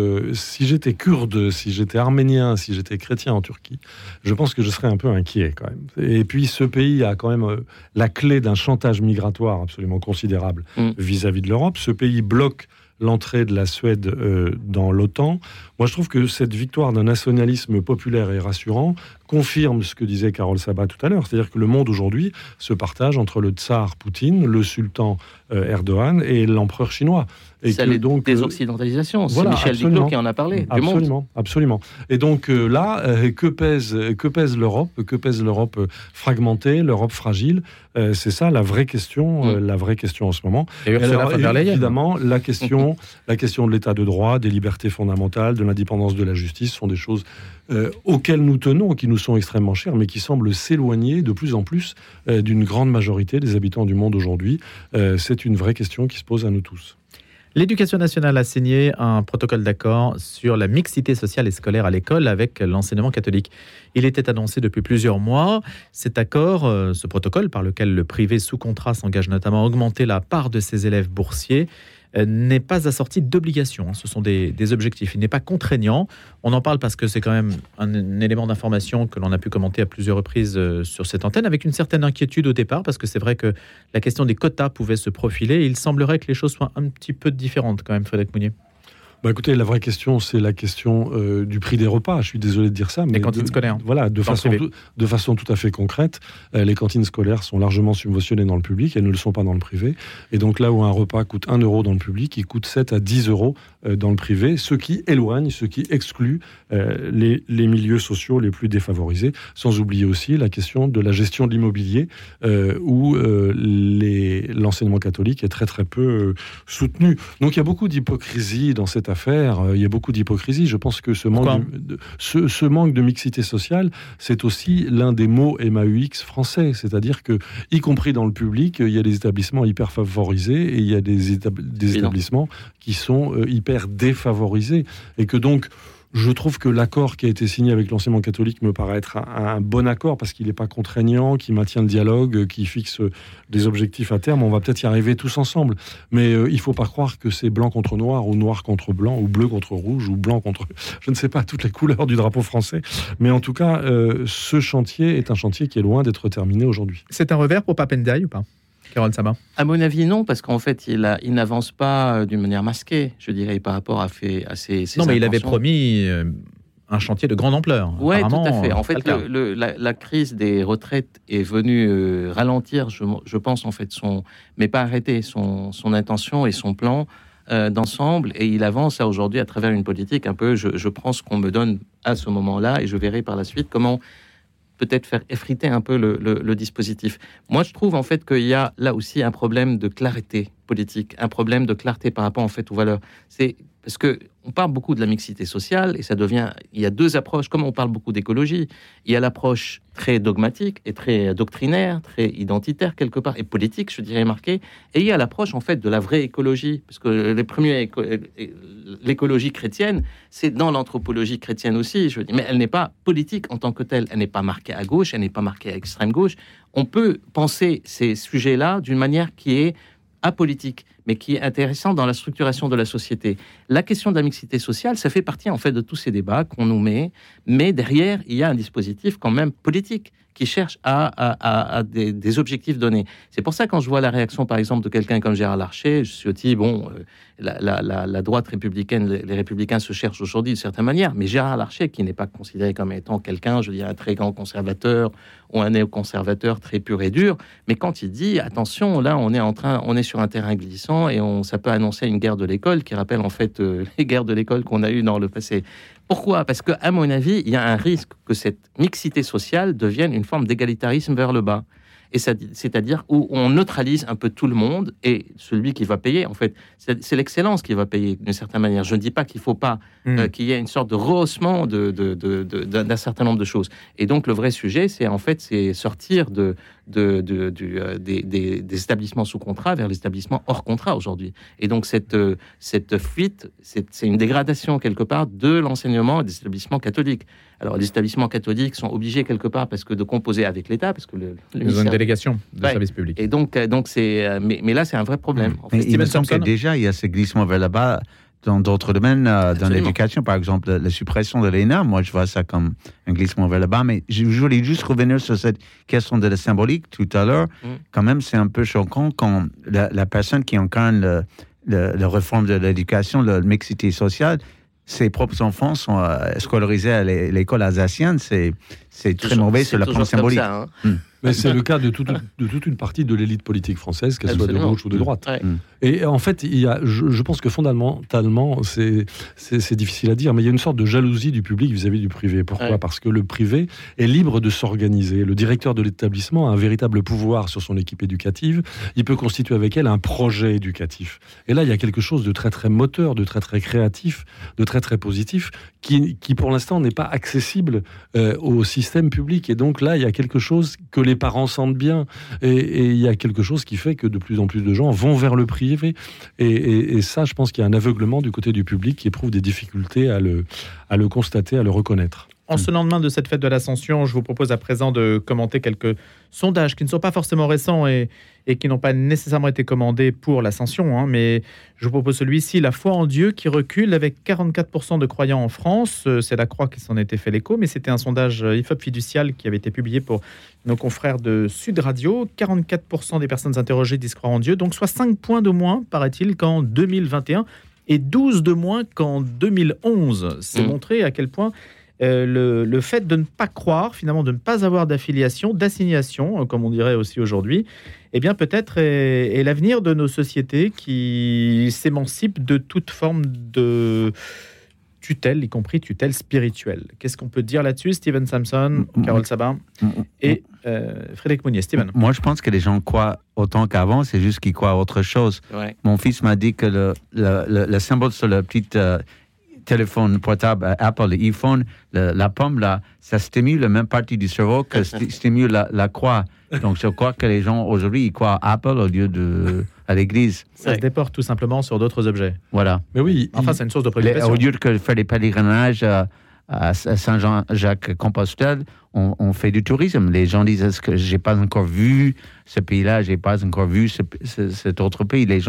[SPEAKER 5] si j'étais kurde, si j'étais arménien, si j'étais chrétien en Turquie, je pense que je serais un peu inquiet quand même. Et puis ce pays a quand même la clé d'un chantage migratoire absolument considérable vis-à-vis de l'Europe. Ce pays bloque l'entrée de la Suède dans l'OTAN. Moi, je trouve que cette victoire d'un nationalisme populaire et rassurant confirme ce que disait Carole Sabat tout à l'heure. C'est-à-dire que le monde aujourd'hui se partage entre le tsar Poutine, le sultan Erdogan et l'empereur chinois. Et
[SPEAKER 4] c'est donc désoccidentalisation. C'est Michel Victor qui en a parlé.
[SPEAKER 5] Absolument. Et donc là, que pèse l'Europe? Que pèse l'Europe fragmentée, l'Europe fragile? C'est ça la vraie question, en ce moment.
[SPEAKER 2] Et alors,
[SPEAKER 5] évidemment, la question de l'état de droit, des libertés fondamentales, de l'indépendance de la justice sont des choses auxquelles nous tenons, qui nous sont extrêmement chères, mais qui semblent s'éloigner de plus en plus d'une grande majorité des habitants du monde aujourd'hui. C'est une vraie question qui se pose à nous tous.
[SPEAKER 2] L'Éducation nationale a signé un protocole d'accord sur la mixité sociale et scolaire à l'école avec l'enseignement catholique. Il était annoncé depuis plusieurs mois. Cet accord, ce protocole par lequel le privé sous contrat s'engage notamment à augmenter la part de ses élèves boursiers, n'est pas assorti d'obligations. Ce sont des objectifs. Il n'est pas contraignant. On en parle parce que c'est quand même un élément d'information que l'on a pu commenter à plusieurs reprises sur cette antenne, avec une certaine inquiétude au départ, parce que c'est vrai que la question des quotas pouvait se profiler. Il semblerait que les choses soient un petit peu différentes quand même, Frédéric Mounier.
[SPEAKER 5] Écoutez, la vraie question, c'est la question du prix des repas. Je suis désolé de dire ça, mais
[SPEAKER 2] les cantines scolaires.
[SPEAKER 5] Voilà, de façon tout à fait concrète, les cantines scolaires sont largement subventionnées dans le public, elles ne le sont pas dans le privé. Et donc là où un repas coûte 1 euro dans le public, il coûte 7 à 10 euros dans le privé, ce qui éloigne, ce qui exclut les milieux sociaux les plus défavorisés. Sans oublier aussi la question de la gestion de l'immobilier, où l'enseignement catholique est très très peu soutenu. Donc il y a beaucoup d'hypocrisie dans cette affaire, il y a beaucoup d'hypocrisie. Je pense que ce manque de mixité sociale, c'est aussi l'un des mots MAUX français. C'est-à-dire que, y compris dans le public, il y a des établissements hyper favorisés et il y a des établissements qui sont hyper défavorisés. Et que donc, je trouve que l'accord qui a été signé avec l'enseignement catholique me paraît être un bon accord parce qu'il n'est pas contraignant, qui maintient le dialogue, qui fixe des objectifs à terme. On va peut-être y arriver tous ensemble. Mais il ne faut pas croire que c'est blanc contre noir ou noir contre blanc ou bleu contre rouge ou blanc contre... Je ne sais pas toutes les couleurs du drapeau français. Mais en tout cas, ce chantier est un chantier qui est loin d'être terminé aujourd'hui.
[SPEAKER 2] C'est un revers pour Pape Ndiaye ou pas, Carole Sabat?
[SPEAKER 4] À mon avis, non, parce qu'en fait, il n'avance pas d'une manière masquée, je dirais, par rapport à ses
[SPEAKER 2] non, mais il avait promis un chantier de grande ampleur.
[SPEAKER 4] Oui, tout à fait. En fait, la crise des retraites est venue ralentir, je pense, en fait, mais pas arrêter son intention et son plan d'ensemble. Et il avance aujourd'hui à travers une politique un peu, je prends ce qu'on me donne à ce moment-là et je verrai par la suite comment peut-être faire effriter un peu le dispositif. Moi, je trouve en fait qu'il y a là aussi un problème de clarté politique, un problème de clarté par rapport en fait aux valeurs. C'est parce que on parle beaucoup de la mixité sociale et ça devient. Il y a deux approches. Comme on parle beaucoup d'écologie, il y a l'approche très dogmatique et très doctrinaire, très identitaire quelque part et politique, je dirais marquée. Et il y a l'approche en fait de la vraie écologie, parce que l'écologie chrétienne, c'est dans l'anthropologie chrétienne aussi. Je dis, mais elle n'est pas politique en tant que telle. Elle n'est pas marquée à gauche, elle n'est pas marquée à extrême gauche. On peut penser ces sujets-là d'une manière qui est apolitique, mais qui est intéressant dans la structuration de la société. La question de la mixité sociale, ça fait partie en fait de tous ces débats qu'on nous met, mais derrière, il y a un dispositif quand même politique qui cherche à des objectifs donnés. C'est pour ça quand je vois la réaction, par exemple, de quelqu'un comme Gérard Larcher, je suis dit, la droite républicaine, les républicains se cherchent aujourd'hui de certaine manière, mais Gérard Larcher, qui n'est pas considéré comme étant quelqu'un, je dirais, un très grand conservateur ou un néoconservateur très pur et dur, mais quand il dit, attention, là, on est sur un terrain glissant, enfants et ça peut annoncer une guerre de l'école qui rappelle en fait les guerres de l'école qu'on a eues dans le passé. Pourquoi ? Parce qu'à mon avis, il y a un risque que cette mixité sociale devienne une forme d'égalitarisme vers le bas. Et c'est-à-dire où on neutralise un peu tout le monde et celui qui va payer, en fait, c'est l'excellence qui va payer d'une certaine manière. Je ne dis pas qu'il ne faut pas qu'il y ait une sorte de rehaussement d'un certain nombre de choses. Et donc, le vrai sujet, c'est sortir des établissements sous contrat vers les établissements hors contrat aujourd'hui. Et donc, cette fuite, c'est une dégradation quelque part de l'enseignement des établissements catholiques. Alors, les établissements catholiques sont obligés quelque part de composer avec l'État, parce que
[SPEAKER 2] ils ont une délégation de service public.
[SPEAKER 4] Et donc c'est, mais là, c'est un vrai problème. En fait,
[SPEAKER 3] il me semble que déjà, il y a ce glissement vers là-bas dans d'autres domaines, dans l'éducation, par exemple, la suppression de l'ENA. Moi, je vois ça comme un glissement vers là-bas. Mais je voulais juste revenir sur cette question de la symbolique tout à l'heure. Quand même, c'est un peu choquant quand la personne qui incarne la réforme de l'éducation, la mixité sociale, ses propres enfants sont scolarisés à l'école alsacienne, c'est très mauvais sur la plan symbolique.
[SPEAKER 4] Ça, hein.
[SPEAKER 5] Mais c'est le cas de toute une partie de l'élite politique française, qu'elle soit de gauche ou de droite. Ouais. Et en fait, je pense que fondamentalement, c'est difficile à dire, mais il y a une sorte de jalousie du public vis-à-vis du privé. Pourquoi ? Parce que le privé est libre de s'organiser. Le directeur de l'établissement a un véritable pouvoir sur son équipe éducative. Il peut constituer avec elle un projet éducatif. Et là, il y a quelque chose de très très moteur, de très très créatif, de très très positif, qui pour l'instant n'est pas accessible au système public. Et donc là, il y a quelque chose que les parents sentent bien, et il y a quelque chose qui fait que de plus en plus de gens vont vers le privé, et ça, je pense qu'il y a un aveuglement du côté du public qui éprouve des difficultés à le constater, à le reconnaître.
[SPEAKER 2] En ce lendemain de cette fête de l'Ascension, je vous propose à présent de commenter quelques sondages qui ne sont pas forcément récents et qui n'ont pas nécessairement été commandés pour l'Ascension, mais je vous propose celui-ci, la foi en Dieu qui recule avec 44% de croyants en France. C'est la Croix qui s'en était fait l'écho, mais c'était un sondage IFOP fiducial qui avait été publié pour nos confrères de Sud Radio. 44% des personnes interrogées disent croire en Dieu, donc soit 5 points de moins, paraît-il, qu'en 2021 et 12 de moins qu'en 2011. C'est montré à quel point le fait de ne pas croire, finalement de ne pas avoir d'affiliation, d'assignation, comme on dirait aussi aujourd'hui, eh bien peut-être est l'avenir de nos sociétés qui s'émancipent de toute forme de tutelle, y compris tutelle spirituelle. Qu'est-ce qu'on peut dire là-dessus, Steven Samson, Carole Sabin et Frédéric Mounier. Steven.
[SPEAKER 3] Moi, je pense que les gens croient autant qu'avant, c'est juste qu'ils croient à autre chose. Ouais. Mon fils m'a dit que le symbole sur la petite téléphone portable Apple, l'iPhone, la pomme, là, ça stimule la même partie du cerveau que stimule la croix. Donc, je crois que les gens, aujourd'hui, ils croient à Apple au lieu à l'église.
[SPEAKER 2] Ça se déporte tout simplement sur d'autres objets.
[SPEAKER 3] Voilà.
[SPEAKER 5] Mais oui.
[SPEAKER 2] Enfin, c'est une source de préoccupation.
[SPEAKER 3] Au lieu de faire des pèlerinages à Saint-Jacques-Compostelle, on fait du tourisme. Les gens disent, est-ce que j'ai pas encore vu ce pays-là, j'ai pas encore vu cet autre pays. Les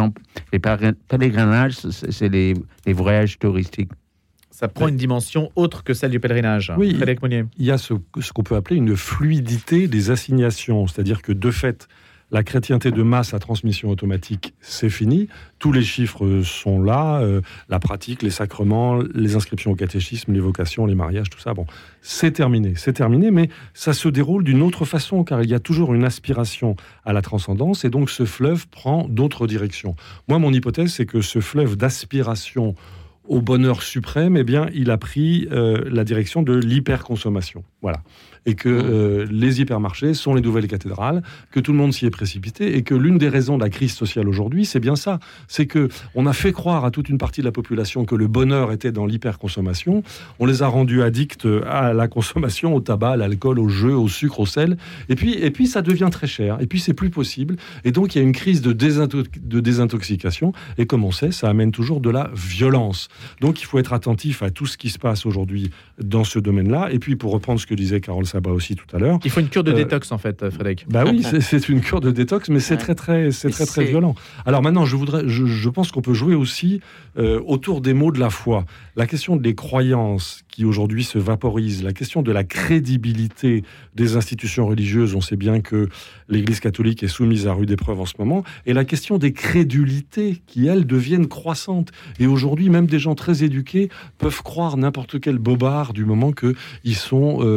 [SPEAKER 3] pèlerinages, c'est les voyages touristiques.
[SPEAKER 2] Ça prend une dimension autre que celle du pèlerinage.
[SPEAKER 5] Oui, il y a ce qu'on peut appeler une fluidité des assignations. C'est-à-dire que, de fait, la chrétienté de masse à transmission automatique, c'est fini. Tous les chiffres sont là. La pratique, les sacrements, les inscriptions au catéchisme, les vocations, les mariages, tout ça. Bon, c'est terminé, mais ça se déroule d'une autre façon, car il y a toujours une aspiration à la transcendance, et donc ce fleuve prend d'autres directions. Moi, mon hypothèse, c'est que ce fleuve d'aspiration au bonheur suprême, eh bien, il a pris la direction de l'hyperconsommation. Voilà. Et que les hypermarchés sont les nouvelles cathédrales, que tout le monde s'y est précipité, et que l'une des raisons de la crise sociale aujourd'hui, c'est bien ça. C'est qu'on a fait croire à toute une partie de la population que le bonheur était dans l'hyperconsommation. On les a rendus addicts à la consommation, au tabac, à l'alcool, au jeu, au sucre, au sel. Et puis ça devient très cher. Et puis c'est plus possible. Et donc il y a une crise de désintoxication. Et comme on sait, ça amène toujours de la violence. Donc il faut être attentif à tout ce qui se passe aujourd'hui dans ce domaine-là. Et puis pour reprendre ce que disait Carole Sabin aussi tout à l'heure.
[SPEAKER 2] Il faut une cure de détox en fait, Frédéric.
[SPEAKER 5] Bah oui, c'est une cure de détox, mais c'est très violent. Alors maintenant, je pense qu'on peut jouer aussi autour des mots de la foi. La question des croyances qui aujourd'hui se vaporisent, la question de la crédibilité des institutions religieuses, on sait bien que l'Église catholique est soumise à rude épreuve en ce moment, et la question des crédulités qui, elles, deviennent croissantes. Et aujourd'hui, même des gens très éduqués peuvent croire n'importe quel bobard du moment qu'ils sont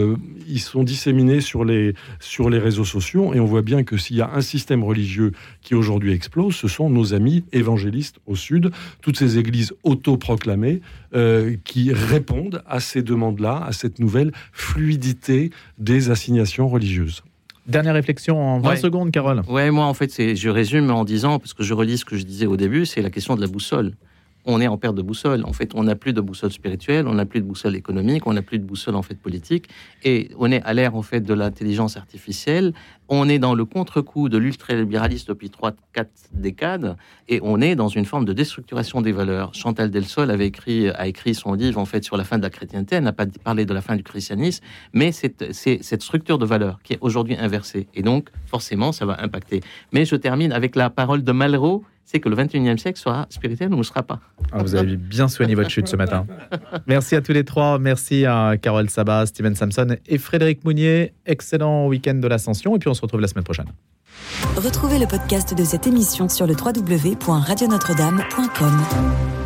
[SPEAKER 5] ils sont disséminés sur les réseaux sociaux, et on voit bien que s'il y a un système religieux qui aujourd'hui explose, ce sont nos amis évangélistes au Sud, toutes ces églises autoproclamées qui répondent à ces demandes-là, à cette nouvelle fluidité des assignations religieuses.
[SPEAKER 2] Dernière réflexion en 20 secondes, Carole.
[SPEAKER 4] Ouais, moi, en fait, je résume en disant, parce que je relis ce que je disais au début, c'est la question de la boussole. On est en perte de boussole. En fait, on n'a plus de boussole spirituelle, on n'a plus de boussole économique, on n'a plus de boussole, en fait, politique. Et on est à l'ère, en fait, de l'intelligence artificielle. On est dans le contre-coup de l'ultralibéralisme depuis 3-4 décades. Et on est dans une forme de déstructuration des valeurs. Chantal Delsol a écrit son livre, en fait, sur la fin de la chrétienté. Elle n'a pas parlé de la fin du christianisme, mais c'est cette structure de valeurs qui est aujourd'hui inversée. Et donc, forcément, ça va impacter. Mais je termine avec la parole de Malraux, c'est que le 21e siècle sera spirituel ou ne sera pas.
[SPEAKER 2] Vous avez bien soigné votre chute ce matin. Merci à tous les trois. Merci à Carole Sabat, Steven Samson et Frédéric Mounier. Excellent week-end de l'Ascension. Et puis on se retrouve la semaine prochaine.
[SPEAKER 6] Retrouvez le podcast de cette émission sur le www.radionotre-dame.com.